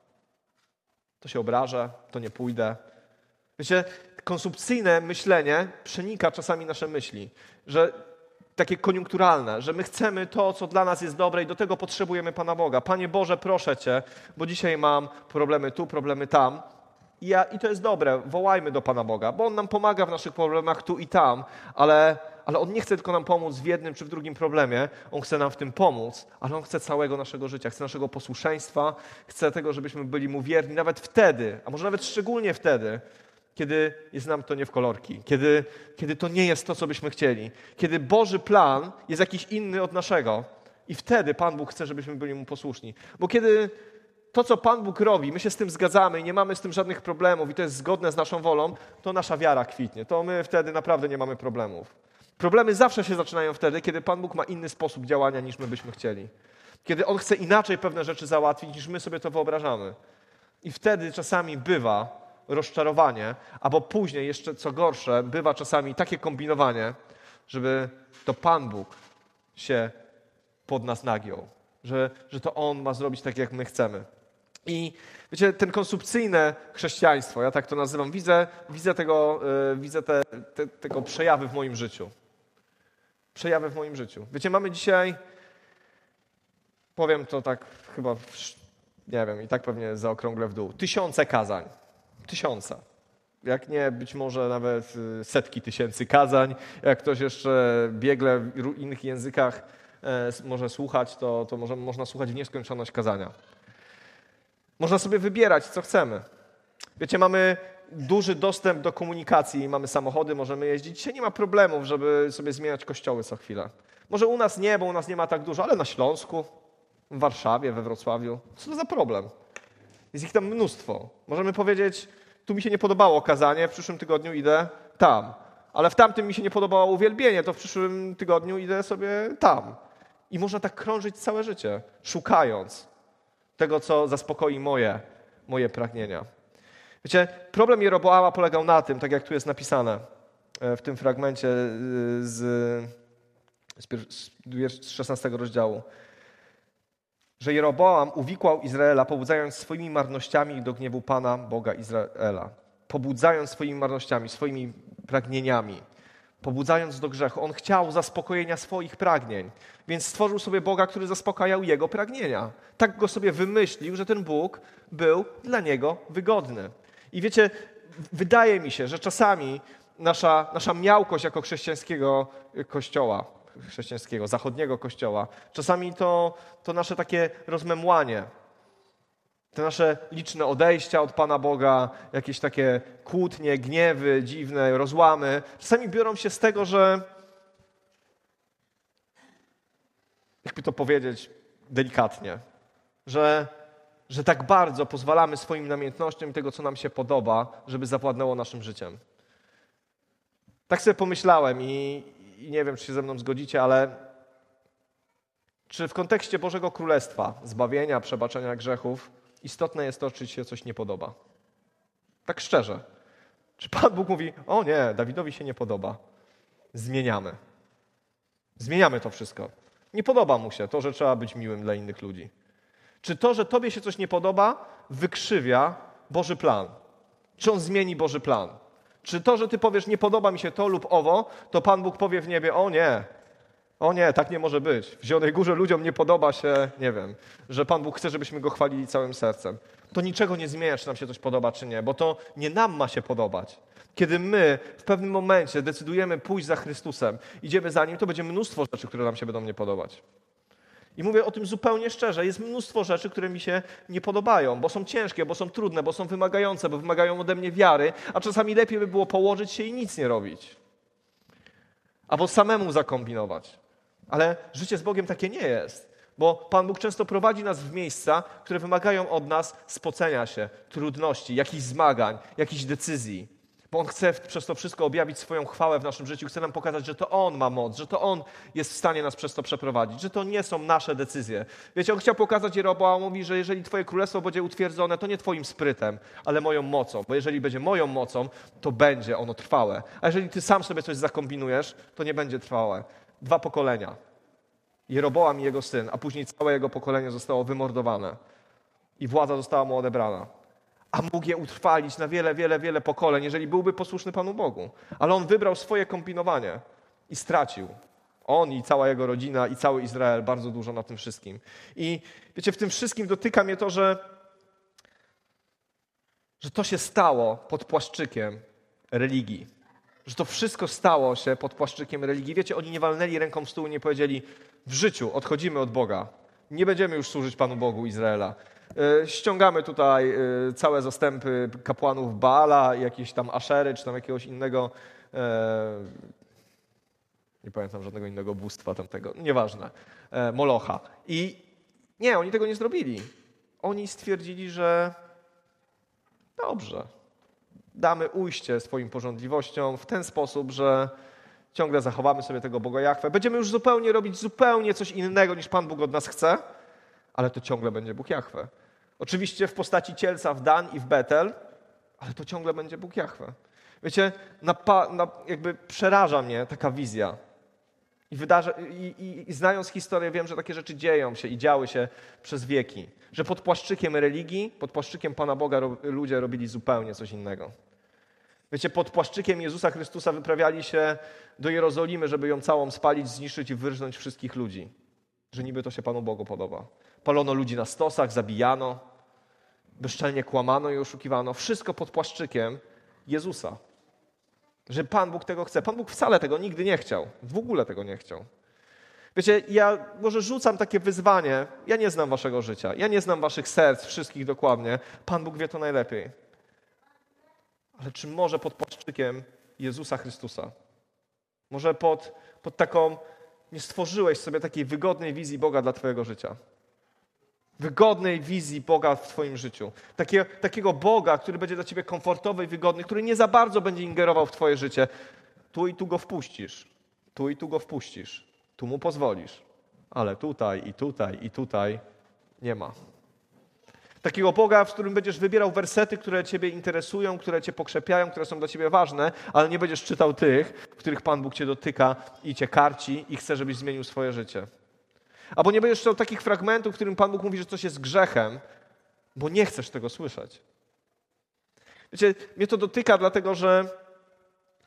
to się obrażę, to nie pójdę. Wiecie, konsumpcyjne myślenie przenika czasami nasze myśli, że takie koniunkturalne, że my chcemy to, co dla nas jest dobre i do tego potrzebujemy Pana Boga. Panie Boże, proszę Cię, bo dzisiaj mam problemy tu, problemy tam. I, ja, i to jest dobre, wołajmy do Pana Boga, bo On nam pomaga w naszych problemach tu i tam, ale, ale On nie chce tylko nam pomóc w jednym czy w drugim problemie, On chce nam w tym pomóc, ale On chce całego naszego życia, chce naszego posłuszeństwa, chce tego, żebyśmy byli Mu wierni nawet wtedy, a może nawet szczególnie wtedy, kiedy jest nam to nie w kolorki, kiedy, kiedy to nie jest to, co byśmy chcieli, kiedy Boży plan jest jakiś inny od naszego i wtedy Pan Bóg chce, żebyśmy byli Mu posłuszni. Bo kiedy to, co Pan Bóg robi, my się z tym zgadzamy i nie mamy z tym żadnych problemów i to jest zgodne z naszą wolą, to nasza wiara kwitnie. To my wtedy naprawdę nie mamy problemów. Problemy zawsze się zaczynają wtedy, kiedy Pan Bóg ma inny sposób działania, niż my byśmy chcieli. Kiedy On chce inaczej pewne rzeczy załatwić, niż my sobie to wyobrażamy. I wtedy czasami bywa rozczarowanie, albo później jeszcze co gorsze, bywa czasami takie kombinowanie, żeby to Pan Bóg się pod nas nagiął, że, że to On ma zrobić tak, jak my chcemy. I wiecie, ten konsumpcyjne chrześcijaństwo, ja tak to nazywam, widzę, widzę, tego, yy, widzę te, te, tego przejawy w moim życiu. Przejawy w moim życiu. Wiecie, mamy dzisiaj, powiem to tak chyba, nie wiem, i tak pewnie zaokrąglę w dół, tysiące kazań. Tysiące. Jak nie, być może nawet setki tysięcy kazań. Jak ktoś jeszcze biegle w innych językach e, może słuchać, to, to może, można słuchać w nieskończoność kazania. Można sobie wybierać, co chcemy. Wiecie, mamy duży dostęp do komunikacji, mamy samochody, możemy jeździć. Dzisiaj nie ma problemów, żeby sobie zmieniać kościoły co chwilę. Może u nas nie, bo u nas nie ma tak dużo, ale na Śląsku, w Warszawie, we Wrocławiu. Co to za problem? Jest ich tam mnóstwo. Możemy powiedzieć, tu mi się nie podobało kazanie, w przyszłym tygodniu idę tam. Ale w tamtym mi się nie podobało uwielbienie, to w przyszłym tygodniu idę sobie tam. I można tak krążyć całe życie, szukając tego, co zaspokoi moje, moje pragnienia. Wiecie, problem Jeroboama polegał na tym, tak jak tu jest napisane w tym fragmencie z, z szesnastego rozdziału, że Jeroboam uwikłał Izraela, pobudzając swoimi marnościami do gniewu Pana, Boga Izraela. Pobudzając swoimi marnościami, swoimi pragnieniami. pobudzając do grzechu. On chciał zaspokojenia swoich pragnień, więc stworzył sobie Boga, który zaspokajał jego pragnienia. Tak go sobie wymyślił, że ten Bóg był dla niego wygodny. I wiecie, wydaje mi się, że czasami nasza, nasza miałkość jako chrześcijańskiego kościoła, chrześcijańskiego, zachodniego kościoła, czasami to, to nasze takie rozmemłanie, te nasze liczne odejścia od Pana Boga, jakieś takie kłótnie, gniewy dziwne, rozłamy, czasami biorą się z tego, że, jakby to powiedzieć delikatnie, że, że tak bardzo pozwalamy swoim namiętnościom i tego, co nam się podoba, żeby zawładnęło naszym życiem. Tak sobie pomyślałem i, i nie wiem, czy się ze mną zgodzicie, ale czy w kontekście Bożego Królestwa, zbawienia, przebaczenia grzechów, istotne jest to, czy ci się coś nie podoba? Tak szczerze. Czy Pan Bóg mówi, o nie, Dawidowi się nie podoba. Zmieniamy. Zmieniamy to wszystko. Nie podoba mu się to, że trzeba być miłym dla innych ludzi. Czy to, że tobie się coś nie podoba, wykrzywia Boży plan? Czy on zmieni Boży plan? Czy to, że ty powiesz, nie podoba mi się to lub owo, to Pan Bóg powie w niebie, o nie, o nie, tak nie może być. W Zielonej Górze ludziom nie podoba się, nie wiem, że Pan Bóg chce, żebyśmy Go chwalili całym sercem. To niczego nie zmienia, czy nam się coś podoba, czy nie, bo to nie nam ma się podobać. Kiedy my w pewnym momencie decydujemy pójść za Chrystusem, idziemy za Nim, to będzie mnóstwo rzeczy, które nam się będą nie podobać. I mówię o tym zupełnie szczerze. Jest mnóstwo rzeczy, które mi się nie podobają, bo są ciężkie, bo są trudne, bo są wymagające, bo wymagają ode mnie wiary, a czasami lepiej by było położyć się i nic nie robić. Albo samemu zakombinować. Ale życie z Bogiem takie nie jest, bo Pan Bóg często prowadzi nas w miejsca, które wymagają od nas spocenia się, trudności, jakichś zmagań, jakichś decyzji. Bo On chce przez to wszystko objawić swoją chwałę w naszym życiu, chce nam pokazać, że to On ma moc, że to On jest w stanie nas przez to przeprowadzić, że to nie są nasze decyzje. Wiecie, On chciał pokazać Jeroboamowi, że jeżeli Twoje królestwo będzie utwierdzone, to nie Twoim sprytem, ale moją mocą, bo jeżeli będzie moją mocą, to będzie ono trwałe. A jeżeli Ty sam sobie coś zakombinujesz, to nie będzie trwałe. Dwa pokolenia. Jeroboam i jego syn, a później całe jego pokolenie zostało wymordowane i władza została mu odebrana. A mógł je utrwalić na wiele, wiele, wiele pokoleń, jeżeli byłby posłuszny Panu Bogu. Ale on wybrał swoje kombinowanie i stracił. On i cała jego rodzina i cały Izrael bardzo dużo na tym wszystkim. I wiecie, w tym wszystkim dotyka mnie to, że, że to się stało pod płaszczykiem religii. Że to wszystko stało się pod płaszczykiem religii. Wiecie, oni nie walnęli ręką w stół i nie powiedzieli, w życiu odchodzimy od Boga. Nie będziemy już służyć Panu Bogu Izraela. Ściągamy tutaj całe zastępy kapłanów Baala, jakieś tam Aszery, czy tam jakiegoś innego, nie pamiętam żadnego innego bóstwa tamtego, nieważne, Molocha. I nie, oni tego nie zrobili. Oni stwierdzili, że dobrze, damy ujście swoim pożądliwościom w ten sposób, że ciągle zachowamy sobie tego Boga Jahwe. Będziemy już zupełnie robić zupełnie coś innego, niż Pan Bóg od nas chce, ale to ciągle będzie Bóg Jahwe. Oczywiście w postaci cielca w Dan i w Betel, ale to ciągle będzie Bóg Jahwe. Wiecie, napa, na, jakby przeraża mnie taka wizja. I, wydarza, i, i, I znając historię wiem, że takie rzeczy dzieją się i działy się przez wieki. Że pod płaszczykiem religii, pod płaszczykiem Pana Boga ro, ludzie robili zupełnie coś innego. Wiecie, pod płaszczykiem Jezusa Chrystusa wyprawiali się do Jerozolimy, żeby ją całą spalić, zniszczyć i wyrżnąć wszystkich ludzi. Że niby to się Panu Bogu podoba. Palono ludzi na stosach, zabijano, bezczelnie kłamano i oszukiwano. Wszystko pod płaszczykiem Jezusa. Że Pan Bóg tego chce. Pan Bóg wcale tego nigdy nie chciał. W ogóle tego nie chciał. Wiecie, ja może rzucam takie wyzwanie. Ja nie znam waszego życia. Ja nie znam waszych serc, wszystkich dokładnie. Pan Bóg wie to najlepiej. Ale czy może pod płaszczykiem Jezusa Chrystusa? Może pod, pod taką... Nie stworzyłeś sobie takiej wygodnej wizji Boga dla twojego życia. Wygodnej wizji Boga w twoim życiu. Takie, takiego Boga, który będzie dla ciebie komfortowy i wygodny, który nie za bardzo będzie ingerował w twoje życie. Tu i tu go wpuścisz. Tu i tu go wpuścisz. Tu mu pozwolisz. Ale tutaj i tutaj i tutaj nie ma. Takiego Boga, w którym będziesz wybierał wersety, które ciebie interesują, które cię pokrzepiają, które są dla ciebie ważne, ale nie będziesz czytał tych, w których Pan Bóg cię dotyka i cię karci i chce, żebyś zmienił swoje życie. Albo nie będziesz czytał takich fragmentów, w którym Pan Bóg mówi, że coś jest grzechem, bo nie chcesz tego słyszeć. Wiecie, mnie to dotyka, dlatego że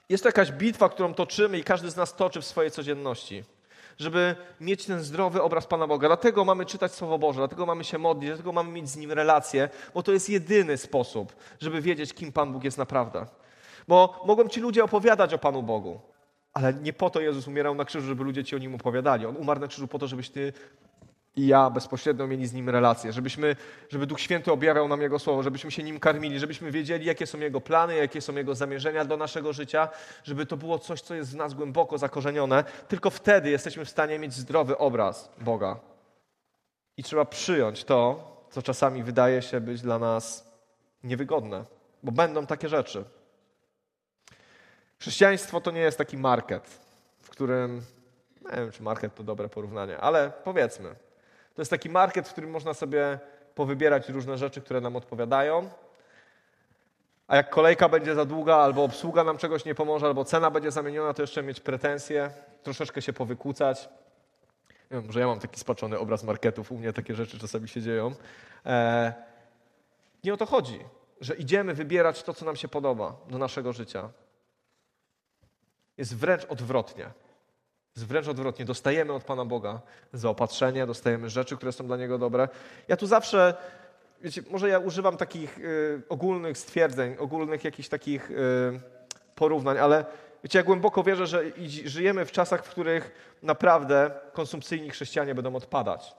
Jest to jakaś bitwa, którą toczymy i każdy z nas toczy w swojej codzienności, żeby mieć ten zdrowy obraz Pana Boga. Dlatego mamy czytać Słowo Boże, dlatego mamy się modlić, dlatego mamy mieć z Nim relacje, bo to jest jedyny sposób, żeby wiedzieć, kim Pan Bóg jest naprawdę. Bo mogą ci ludzie opowiadać o Panu Bogu, ale nie po to Jezus umierał na krzyżu, żeby ludzie ci o Nim opowiadali. On umarł na krzyżu po to, żebyś ty i ja bezpośrednio mieli z Nim relacje, żebyśmy, żeby Duch Święty objawiał nam Jego Słowo, żebyśmy się Nim karmili, żebyśmy wiedzieli, jakie są Jego plany, jakie są Jego zamierzenia do naszego życia, żeby to było coś, co jest w nas głęboko zakorzenione. Tylko wtedy jesteśmy w stanie mieć zdrowy obraz Boga. I trzeba przyjąć to, co czasami wydaje się być dla nas niewygodne, bo będą takie rzeczy. Chrześcijaństwo to nie jest taki market, w którym, nie wiem, czy market to dobre porównanie, ale powiedzmy, to jest taki market, w którym można sobie powybierać różne rzeczy, które nam odpowiadają, a jak kolejka będzie za długa, albo obsługa nam czegoś nie pomoże, albo cena będzie zamieniona, to jeszcze mieć pretensje, troszeczkę się powykłócać. Nie wiem, może ja mam taki spaczony obraz marketów, u mnie takie rzeczy czasami się dzieją. Eee, nie o to chodzi, że idziemy wybierać to, co nam się podoba do naszego życia. Jest wręcz odwrotnie. Jest wręcz odwrotnie. Dostajemy od Pana Boga zaopatrzenie, dostajemy rzeczy, które są dla Niego dobre. Ja tu zawsze, wiecie, może ja używam takich y, ogólnych stwierdzeń, ogólnych jakichś takich y, porównań, ale wiecie, ja głęboko wierzę, że żyjemy w czasach, w których naprawdę konsumpcyjni chrześcijanie będą odpadać.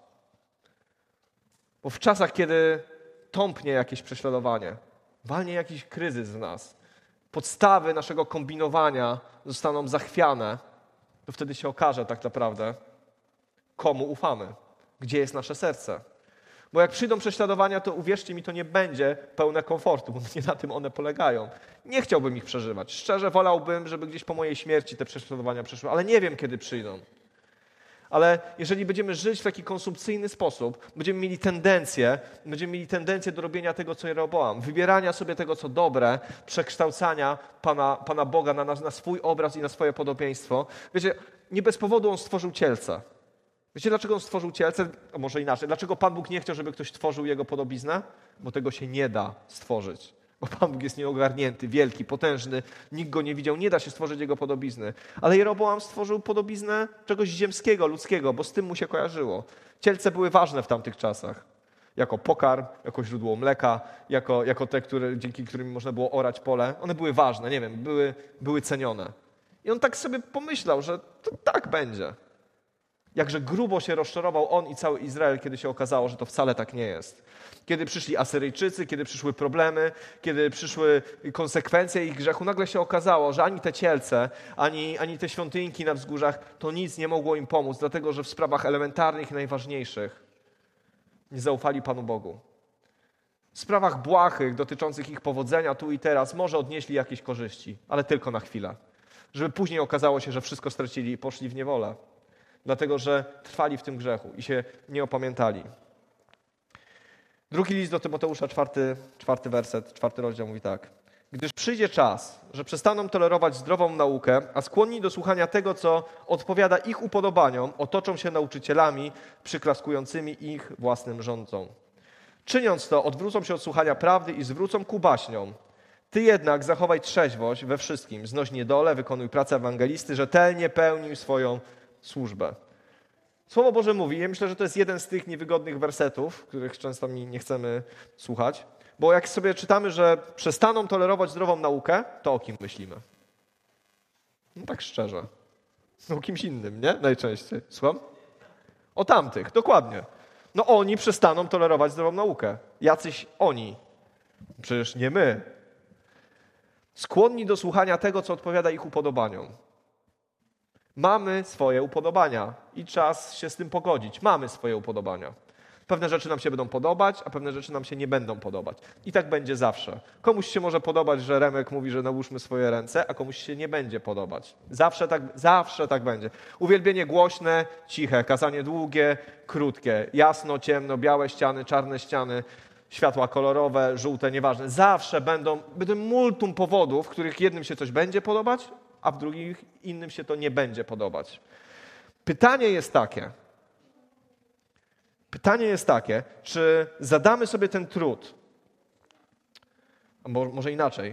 Bo w czasach, kiedy tąpnie jakieś prześladowanie, walnie jakiś kryzys w nas, podstawy naszego kombinowania zostaną zachwiane, to wtedy się okaże tak naprawdę, komu ufamy, gdzie jest nasze serce. Bo jak przyjdą prześladowania, to uwierzcie mi, to nie będzie pełne komfortu, bo nie na tym one polegają. Nie chciałbym ich przeżywać. Szczerze wolałbym, żeby gdzieś po mojej śmierci te prześladowania przyszły, ale nie wiem, kiedy przyjdą. Ale jeżeli będziemy żyć w taki konsumpcyjny sposób, będziemy mieli tendencję, będziemy mieli tendencję do robienia tego, co Jeroboam, wybierania sobie tego, co dobre, przekształcania Pana, Pana Boga na, na swój obraz i na swoje podobieństwo. Wiecie, nie bez powodu On stworzył cielce. Wiecie, dlaczego On stworzył cielce? A może inaczej. Dlaczego Pan Bóg nie chciał, żeby ktoś tworzył Jego podobiznę? Bo tego się nie da stworzyć. Bo Pan Bóg jest nieogarnięty, wielki, potężny, nikt Go nie widział, nie da się stworzyć Jego podobizny. Ale Jeroboam stworzył podobiznę czegoś ziemskiego, ludzkiego, bo z tym mu się kojarzyło. Cielce były ważne w tamtych czasach. Jako pokarm, jako źródło mleka, jako, jako te, które, dzięki którym można było orać pole. One były ważne, nie wiem, były, były cenione. I on tak sobie pomyślał, że to tak będzie. Jakże grubo się rozczarował on i cały Izrael, kiedy się okazało, że to wcale tak nie jest. Kiedy przyszli Asyryjczycy, kiedy przyszły problemy, kiedy przyszły konsekwencje ich grzechu, nagle się okazało, że ani te cielce, ani, ani te świątynki na wzgórzach, to nic nie mogło im pomóc, dlatego że w sprawach elementarnych i najważniejszych nie zaufali Panu Bogu. W sprawach błahych, dotyczących ich powodzenia tu i teraz, może odnieśli jakieś korzyści, ale tylko na chwilę. Żeby później okazało się, że wszystko stracili i poszli w niewolę. Dlatego, że trwali w tym grzechu i się nie opamiętali. Drugi list do Tymoteusza, czwarty, czwarty werset, czwarty rozdział mówi tak. Gdyż przyjdzie czas, że przestaną tolerować zdrową naukę, a skłonni do słuchania tego, co odpowiada ich upodobaniom, otoczą się nauczycielami przyklaskującymi ich własnym rządzom. Czyniąc to, odwrócą się od słuchania prawdy i zwrócą ku baśniom. Ty jednak zachowaj trzeźwość we wszystkim, znoś niedolę, wykonuj pracę ewangelisty, rzetelnie pełnij swoją służbę. Słowo Boże mówi, ja myślę, że to jest jeden z tych niewygodnych wersetów, których często mi nie chcemy słuchać, bo jak sobie czytamy, że przestaną tolerować zdrową naukę, to o kim myślimy? No tak szczerze. O kimś innym, nie? Najczęściej. Słucham? O tamtych, dokładnie. No oni przestaną tolerować zdrową naukę. Jacyś oni. Przecież nie my. Skłonni do słuchania tego, co odpowiada ich upodobaniom. Mamy swoje upodobania i czas się z tym pogodzić. Mamy swoje upodobania. Pewne rzeczy nam się będą podobać, a pewne rzeczy nam się nie będą podobać. I tak będzie zawsze. Komuś się może podobać, że Remek mówi, że nałóżmy swoje ręce, a komuś się nie będzie podobać. Zawsze tak, zawsze tak będzie. Uwielbienie głośne, ciche, kazanie długie, krótkie, jasno, ciemno, białe ściany, czarne ściany, światła kolorowe, żółte, nieważne. Zawsze będą, będą multum powodów, w których jednym się coś będzie podobać, a w drugich innym się to nie będzie podobać. Pytanie jest takie, pytanie jest takie, czy zadamy sobie ten trud, albo może inaczej,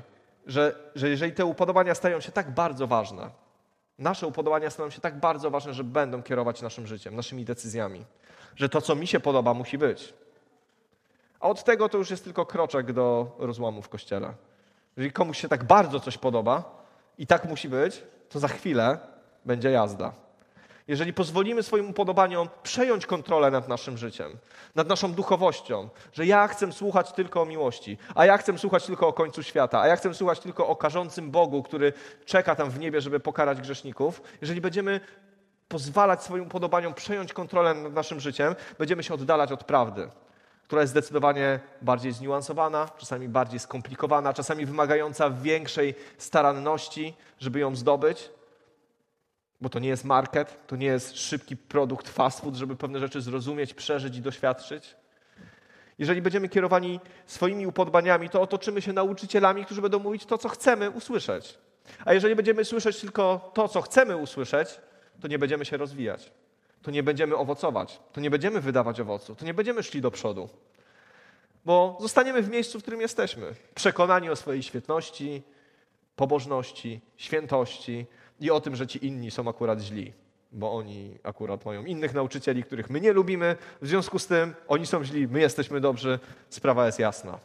że, że jeżeli te upodobania stają się tak bardzo ważne, nasze upodobania staną się tak bardzo ważne, że będą kierować naszym życiem, naszymi decyzjami, że to, co mi się podoba, musi być. A od tego to już jest tylko kroczek do rozłamu w Kościele. Jeżeli komuś się tak bardzo coś podoba i tak musi być, to za chwilę będzie jazda. Jeżeli pozwolimy swoim upodobaniom przejąć kontrolę nad naszym życiem, nad naszą duchowością, że ja chcę słuchać tylko o miłości, a ja chcę słuchać tylko o końcu świata, a ja chcę słuchać tylko o karzącym Bogu, który czeka tam w niebie, żeby pokarać grzeszników, jeżeli będziemy pozwalać swoim upodobaniom przejąć kontrolę nad naszym życiem, będziemy się oddalać od prawdy, która jest zdecydowanie bardziej zniuansowana, czasami bardziej skomplikowana, czasami wymagająca większej staranności, żeby ją zdobyć, bo to nie jest market, to nie jest szybki produkt fast food, żeby pewne rzeczy zrozumieć, przeżyć i doświadczyć. Jeżeli będziemy kierowani swoimi upodobaniami, to otoczymy się nauczycielami, którzy będą mówić to, co chcemy usłyszeć. A jeżeli będziemy słyszeć tylko to, co chcemy usłyszeć, to nie będziemy się rozwijać. To nie będziemy owocować, to nie będziemy wydawać owocu, to nie będziemy szli do przodu. Bo zostaniemy w miejscu, w którym jesteśmy. Przekonani o swojej świetności, pobożności, świętości i o tym, że ci inni są akurat źli, bo oni akurat mają innych nauczycieli, których my nie lubimy. W związku z tym oni są źli, my jesteśmy dobrzy, sprawa jest jasna.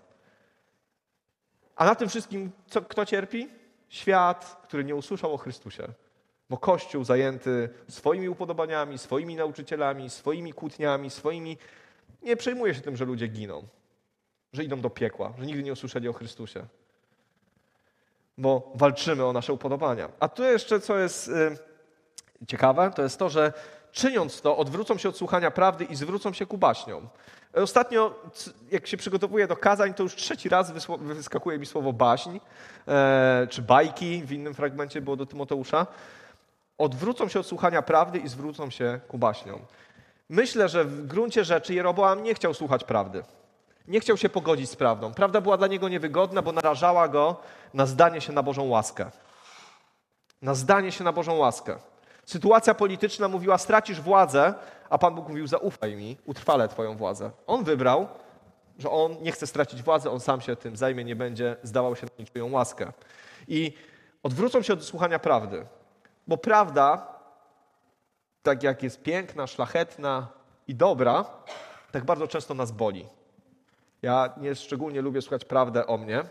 A na tym wszystkim co, kto cierpi? Świat, który nie usłyszał o Chrystusie. Bo Kościół zajęty swoimi upodobaniami, swoimi nauczycielami, swoimi kłótniami, swoimi... nie przejmuje się tym, że ludzie giną, że idą do piekła, że nigdy nie usłyszeli o Chrystusie. Bo walczymy o nasze upodobania. A tu jeszcze, co jest yy, ciekawe, to jest to, że czyniąc to, odwrócą się od słuchania prawdy i zwrócą się ku baśniom. Ostatnio, jak się przygotowuję do kazań, to już trzeci raz wyskakuje mi słowo baśń, e, czy bajki, w innym fragmencie było do Tymoteusza. Odwrócą się od słuchania prawdy i zwrócą się ku baśniom. Myślę, że w gruncie rzeczy Jeroboam nie chciał słuchać prawdy. Nie chciał się pogodzić z prawdą. Prawda była dla niego niewygodna, bo narażała go na zdanie się na Bożą łaskę. Na zdanie się na Bożą łaskę. Sytuacja polityczna mówiła, stracisz władzę, a Pan Bóg mówił, zaufaj mi, utrwalę twoją władzę. On wybrał, że on nie chce stracić władzy, on sam się tym zajmie, nie będzie zdawał się na niczyją łaskę. I odwrócą się od słuchania prawdy. Bo prawda, tak jak jest piękna, szlachetna i dobra, tak bardzo często nas boli. Ja nie szczególnie lubię słuchać prawdę o mnie,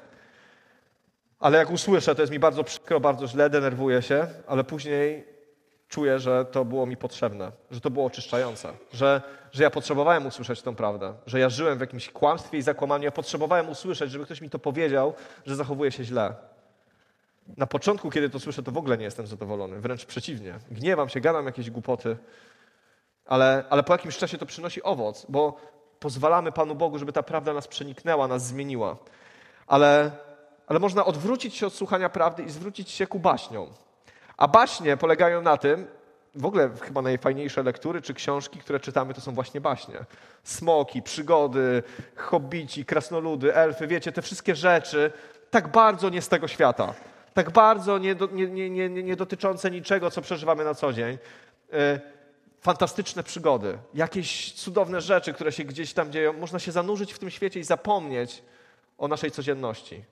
ale jak usłyszę, to jest mi bardzo przykro, bardzo źle, denerwuję się, ale później czuję, że to było mi potrzebne, że to było oczyszczające, że, że ja potrzebowałem usłyszeć tę prawdę, że ja żyłem w jakimś kłamstwie i zakłamaniu, ja potrzebowałem usłyszeć, żeby ktoś mi to powiedział, że zachowuję się źle. Na początku, kiedy to słyszę, to w ogóle nie jestem zadowolony, wręcz przeciwnie. Gniewam się, gadam jakieś głupoty, ale, ale po jakimś czasie to przynosi owoc, bo pozwalamy Panu Bogu, żeby ta prawda nas przeniknęła, nas zmieniła. Ale, ale można odwrócić się od słuchania prawdy i zwrócić się ku baśniom. A baśnie polegają na tym, w ogóle chyba najfajniejsze lektury czy książki, które czytamy, to są właśnie baśnie. Smoki, przygody, hobbici, krasnoludy, elfy, wiecie, te wszystkie rzeczy tak bardzo nie z tego świata. Tak bardzo nie, do, nie, nie, nie, nie dotyczące niczego, co przeżywamy na co dzień. Yy, fantastyczne przygody, jakieś cudowne rzeczy, które się gdzieś tam dzieją. Można się zanurzyć w tym świecie i zapomnieć o naszej codzienności.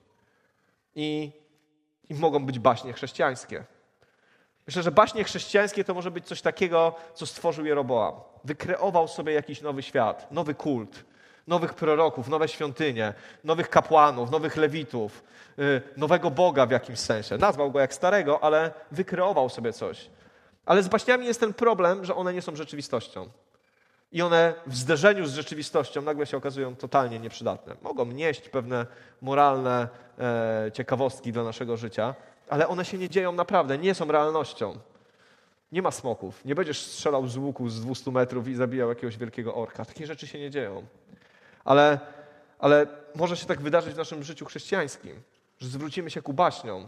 I, i mogą być baśnie chrześcijańskie. Myślę, że baśnie chrześcijańskie to może być coś takiego, co stworzył Jeroboam. Wykreował sobie jakiś nowy świat, nowy kult, nowych proroków, nowe świątynie, nowych kapłanów, nowych lewitów, yy, nowego Boga w jakimś sensie. Nazwał go jak starego, ale wykreował sobie coś. Ale z baśniami jest ten problem, że one nie są rzeczywistością. I one w zderzeniu z rzeczywistością nagle się okazują totalnie nieprzydatne. Mogą nieść pewne moralne e, ciekawostki dla naszego życia, ale one się nie dzieją naprawdę, nie są realnością. Nie ma smoków, nie będziesz strzelał z łuku z dwustu metrów i zabijał jakiegoś wielkiego orka. Takie rzeczy się nie dzieją. Ale, ale może się tak wydarzyć w naszym życiu chrześcijańskim, że zwrócimy się ku baśniom.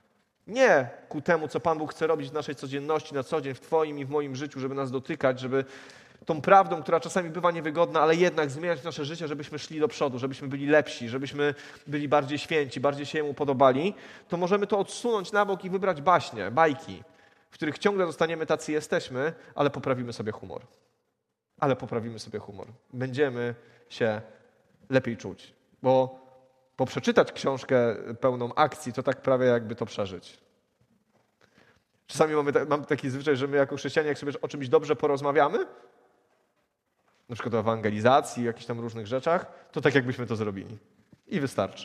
Nie ku temu, co Pan Bóg chce robić w naszej codzienności, na co dzień, w Twoim i w moim życiu, żeby nas dotykać, żeby tą prawdą, która czasami bywa niewygodna, ale jednak zmieniać nasze życie, żebyśmy szli do przodu, żebyśmy byli lepsi, żebyśmy byli bardziej święci, bardziej się Jemu podobali, to możemy to odsunąć na bok i wybrać baśnie, bajki, w których ciągle zostaniemy tacy jesteśmy, ale poprawimy sobie humor. Ale poprawimy sobie humor. Będziemy się lepiej czuć, bo Bo przeczytać książkę pełną akcji, to tak prawie jakby to przeżyć. Czasami mamy, mam taki zwyczaj, że my jako chrześcijanie, jak sobie o czymś dobrze porozmawiamy, na przykład o ewangelizacji, jakichś tam różnych rzeczach, to tak jakbyśmy to zrobili. I wystarczy.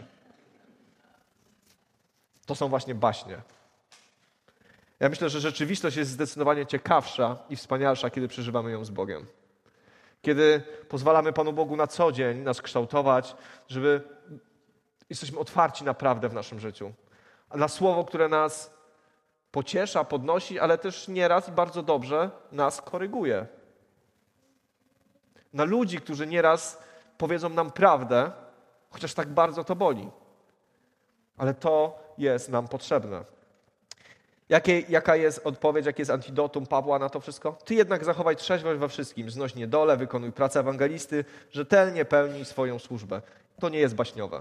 To są właśnie baśnie. Ja myślę, że rzeczywistość jest zdecydowanie ciekawsza i wspanialsza, kiedy przeżywamy ją z Bogiem. Kiedy pozwalamy Panu Bogu na co dzień nas kształtować, żeby jesteśmy otwarci na prawdę w naszym życiu. Na słowo, które nas pociesza, podnosi, ale też nieraz i bardzo dobrze nas koryguje. Na ludzi, którzy nieraz powiedzą nam prawdę, chociaż tak bardzo to boli. Ale to jest nam potrzebne. Jakie, jaka jest odpowiedź, jakie jest antidotum Pawła na to wszystko? Ty jednak zachowaj trzeźwość we wszystkim, znoś niedolę, wykonuj pracę ewangelisty, rzetelnie pełnij swoją służbę. To nie jest baśniowe.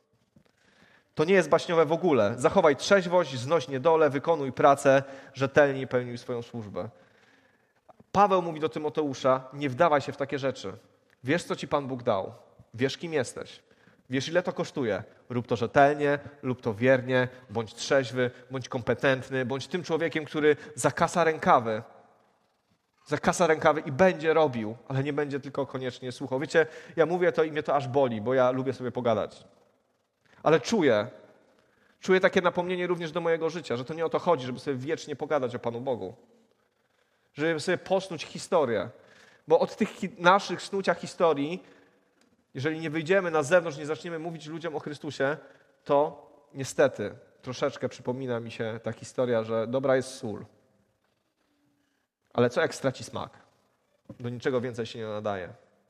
To nie jest baśniowe w ogóle. Zachowaj trzeźwość, znoś niedolę, wykonuj pracę, rzetelnie pełnij swoją służbę. Paweł mówi do Tymoteusza, nie wdawaj się w takie rzeczy. Wiesz, co ci Pan Bóg dał. Wiesz, kim jesteś. Wiesz, ile to kosztuje. Rób to rzetelnie, lub to wiernie, bądź trzeźwy, bądź kompetentny, bądź tym człowiekiem, który zakasa rękawy. Zakasa rękawy i będzie robił, ale nie będzie tylko koniecznie słuchał. Wiecie, ja mówię to i mnie to aż boli, bo ja lubię sobie pogadać. Ale czuję, czuję takie napomnienie również do mojego życia, że to nie o to chodzi, żeby sobie wiecznie pogadać o Panu Bogu. Żeby sobie posnuć historię. Bo od tych hi- naszych snucia historii, jeżeli nie wyjdziemy na zewnątrz, nie zaczniemy mówić ludziom o Chrystusie, to niestety troszeczkę przypomina mi się ta historia, że dobra jest sól. Ale co jak straci smak? Do niczego więcej się nie nadaje.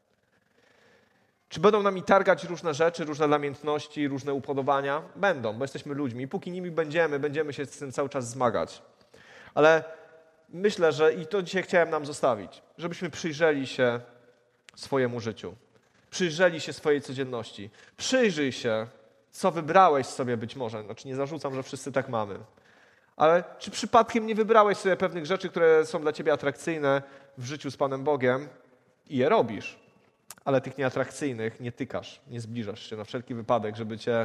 Czy będą nami targać różne rzeczy, różne namiętności, różne upodobania? Będą, bo jesteśmy ludźmi. Póki nimi będziemy, będziemy się z tym cały czas zmagać. Ale myślę, że i to dzisiaj chciałem nam zostawić, żebyśmy przyjrzeli się swojemu życiu. Przyjrzeli się swojej codzienności. Przyjrzyj się, co wybrałeś sobie być może. Znaczy nie zarzucam, że wszyscy tak mamy. Ale czy przypadkiem nie wybrałeś sobie pewnych rzeczy, które są dla ciebie atrakcyjne w życiu z Panem Bogiem i je robisz, ale tych nieatrakcyjnych nie tykasz, nie zbliżasz się na wszelki wypadek, żeby cię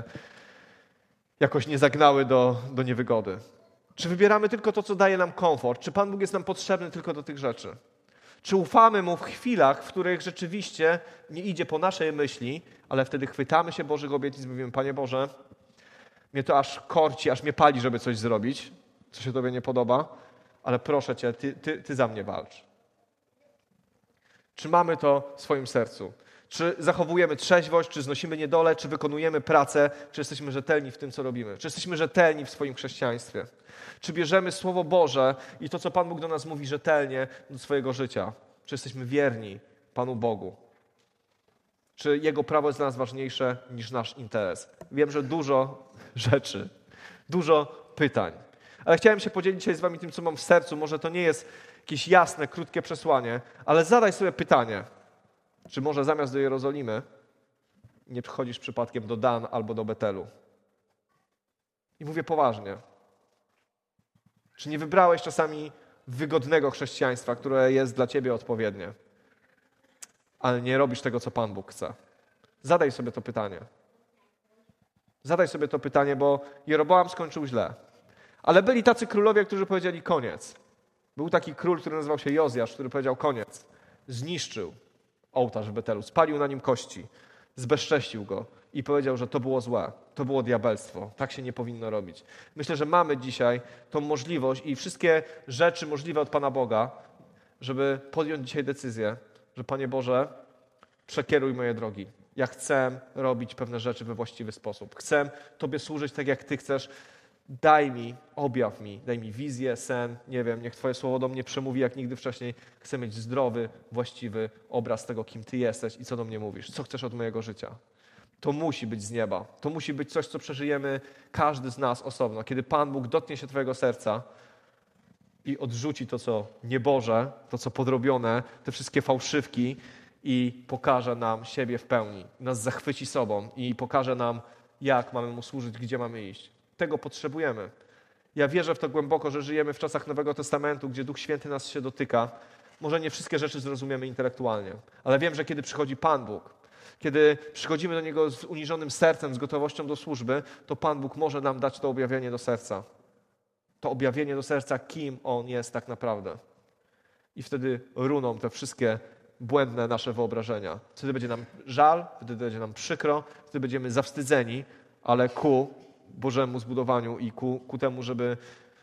jakoś nie zagnały do, do niewygody. Czy wybieramy tylko to, co daje nam komfort? Czy Pan Bóg jest nam potrzebny tylko do tych rzeczy? Czy ufamy Mu w chwilach, w których rzeczywiście nie idzie po naszej myśli, ale wtedy chwytamy się Bożych obietnic i mówimy, Panie Boże, mnie to aż korci, aż mnie pali, żeby coś zrobić, co się Tobie nie podoba, ale proszę Cię, Ty, ty, ty za mnie walcz. Czy mamy to w swoim sercu? Czy zachowujemy trzeźwość, czy znosimy niedolę, czy wykonujemy pracę, czy jesteśmy rzetelni w tym, co robimy? Czy jesteśmy rzetelni w swoim chrześcijaństwie? Czy bierzemy Słowo Boże i to, co Pan Bóg do nas mówi rzetelnie do swojego życia? Czy jesteśmy wierni Panu Bogu? Czy Jego prawo jest dla nas ważniejsze niż nasz interes? Wiem, że dużo rzeczy, dużo pytań. Ale chciałem się podzielić dzisiaj z wami tym, co mam w sercu. Może to nie jest jakieś jasne, krótkie przesłanie, ale zadaj sobie pytanie, czy może zamiast do Jerozolimy nie przychodzisz przypadkiem do Dan albo do Betelu? I mówię poważnie. Czy nie wybrałeś czasami wygodnego chrześcijaństwa, które jest dla ciebie odpowiednie, ale nie robisz tego, co Pan Bóg chce? Zadaj sobie to pytanie. Zadaj sobie to pytanie, bo Jeroboam skończył źle. Ale byli tacy królowie, którzy powiedzieli koniec. Był taki król, który nazywał się Jozjasz, który powiedział koniec. Zniszczył ołtarz w Betelu, spalił na nim kości, zbezcześcił go i powiedział, że to było złe, to było diabelstwo, tak się nie powinno robić. Myślę, że mamy dzisiaj tą możliwość i wszystkie rzeczy możliwe od Pana Boga, żeby podjąć dzisiaj decyzję, że Panie Boże, przekieruj moje drogi. Ja chcę robić pewne rzeczy we właściwy sposób. Chcę Tobie służyć tak, jak Ty chcesz. Daj mi, objaw mi, daj mi wizję, sen, nie wiem, niech Twoje słowo do mnie przemówi jak nigdy wcześniej. Chcę mieć zdrowy, właściwy obraz tego, kim Ty jesteś i co do mnie mówisz, co chcesz od mojego życia. To musi być z nieba. To musi być coś, co przeżyjemy każdy z nas osobno. Kiedy Pan Bóg dotknie się Twojego serca i odrzuci to, co nieboże, to, co podrobione, te wszystkie fałszywki i pokaże nam siebie w pełni. Nas zachwyci sobą i pokaże nam, jak mamy Mu służyć, gdzie mamy iść. Tego potrzebujemy. Ja wierzę w to głęboko, że żyjemy w czasach Nowego Testamentu, gdzie Duch Święty nas się dotyka. Może nie wszystkie rzeczy zrozumiemy intelektualnie, ale wiem, że kiedy przychodzi Pan Bóg, Kiedy przychodzimy do Niego z uniżonym sercem, z gotowością do służby, to Pan Bóg może nam dać to objawienie do serca. To objawienie do serca, kim On jest tak naprawdę. I wtedy runą te wszystkie błędne nasze wyobrażenia. Wtedy będzie nam żal, wtedy będzie nam przykro, wtedy będziemy zawstydzeni, ale ku Bożemu zbudowaniu i ku, ku temu, żeby,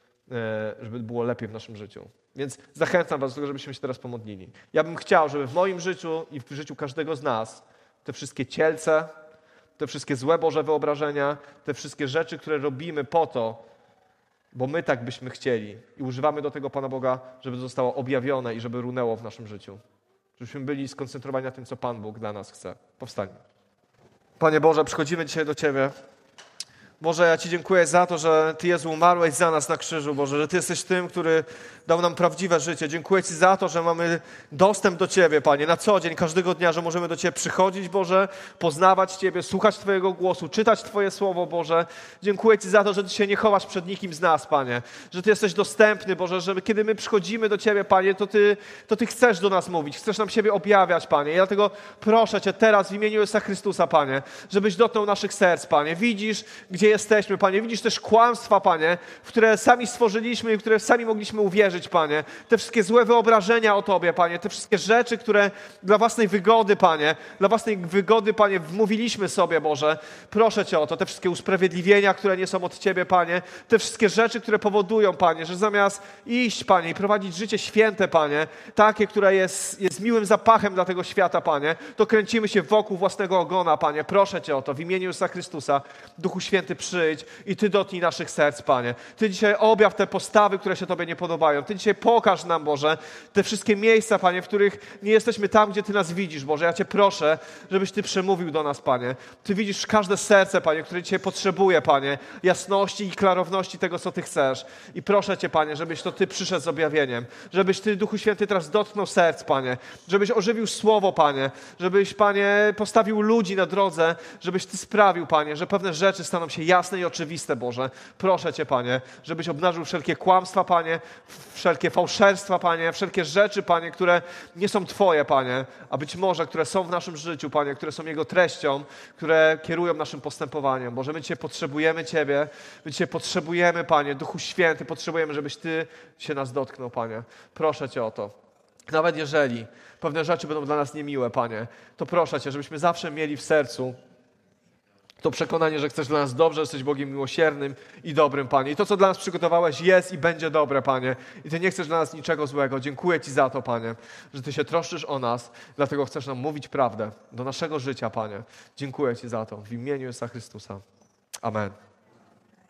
żeby było lepiej w naszym życiu. Więc zachęcam was do tego, żebyśmy się teraz pomodlili. Ja bym chciał, żeby w moim życiu i w życiu każdego z nas te wszystkie cielce, te wszystkie złe Boże wyobrażenia, te wszystkie rzeczy, które robimy po to, bo my tak byśmy chcieli i używamy do tego Pana Boga, żeby to zostało objawione i żeby runęło w naszym życiu. Żebyśmy byli skoncentrowani na tym, co Pan Bóg dla nas chce. Powstańmy. Panie Boże, przychodzimy dzisiaj do Ciebie. Boże, ja Ci dziękuję za to, że Ty, Jezu, umarłeś za nas na krzyżu, Boże, że Ty jesteś tym, który dał nam prawdziwe życie. Dziękuję Ci za to, że mamy dostęp do Ciebie, Panie, na co dzień, każdego dnia, że możemy do Ciebie przychodzić, Boże, poznawać Ciebie, słuchać Twojego głosu, czytać Twoje słowo, Boże. Dziękuję Ci za to, że Ty się nie chowasz przed nikim z nas, Panie, że Ty jesteś dostępny, Boże, że kiedy my przychodzimy do Ciebie, Panie, to Ty, to Ty chcesz do nas mówić, chcesz nam siebie objawiać, Panie. I dlatego proszę Cię teraz w imieniu Jezusa Chrystusa, Panie, żebyś dotknął naszych serc, Panie. Widzisz, gdzie jesteśmy, Panie. Widzisz też kłamstwa, Panie, w które sami stworzyliśmy i w które sami mogliśmy uwierzyć, Panie. Te wszystkie złe wyobrażenia o Tobie, Panie. Te wszystkie rzeczy, które dla własnej wygody, Panie, dla własnej wygody, Panie, wmówiliśmy sobie, Boże. Proszę Cię o to. Te wszystkie usprawiedliwienia, które nie są od Ciebie, Panie. Te wszystkie rzeczy, które powodują, Panie, że zamiast iść, Panie, i prowadzić życie święte, Panie, takie, które jest, jest miłym zapachem dla tego świata, Panie, to kręcimy się wokół własnego ogona, Panie. Proszę Cię o to w imieniu Jezusa Chrystusa. Duchu Święty, przyjdź i Ty dotknij naszych serc, Panie. Ty dzisiaj objaw te postawy, które się Tobie nie podobają. Ty dzisiaj pokaż nam, Boże, te wszystkie miejsca, Panie, w których nie jesteśmy tam, gdzie Ty nas widzisz, Boże. Ja Cię proszę, żebyś Ty przemówił do nas, Panie. Ty widzisz każde serce, Panie, które dzisiaj potrzebuje, Panie, jasności i klarowności tego, co Ty chcesz. I proszę Cię, Panie, żebyś to Ty przyszedł z objawieniem. Żebyś Ty, Duchu Święty, teraz dotknął serc, Panie. Żebyś ożywił słowo, Panie. Żebyś, Panie, postawił ludzi na drodze, żebyś Ty sprawił, Panie, że pewne rzeczy staną się jasne i oczywiste, Boże. Proszę Cię, Panie, żebyś obnażył wszelkie kłamstwa, Panie, wszelkie fałszerstwa, Panie, wszelkie rzeczy, Panie, które nie są Twoje, Panie, a być może, które są w naszym życiu, Panie, które są Jego treścią, które kierują naszym postępowaniem. Boże, my dzisiaj potrzebujemy Ciebie, my dzisiaj potrzebujemy, Panie, Duchu Święty, potrzebujemy, żebyś Ty się nas dotknął, Panie. Proszę Cię o to. Nawet jeżeli pewne rzeczy będą dla nas niemiłe, Panie, to proszę Cię, żebyśmy zawsze mieli w sercu to przekonanie, że chcesz dla nas dobrze, że jesteś Bogiem miłosiernym i dobrym, Panie. I to, co dla nas przygotowałeś, jest i będzie dobre, Panie. I Ty nie chcesz dla nas niczego złego. Dziękuję Ci za to, Panie, że Ty się troszczysz o nas, dlatego chcesz nam mówić prawdę do naszego życia, Panie. Dziękuję Ci za to. W imieniu Jezusa Chrystusa. Amen.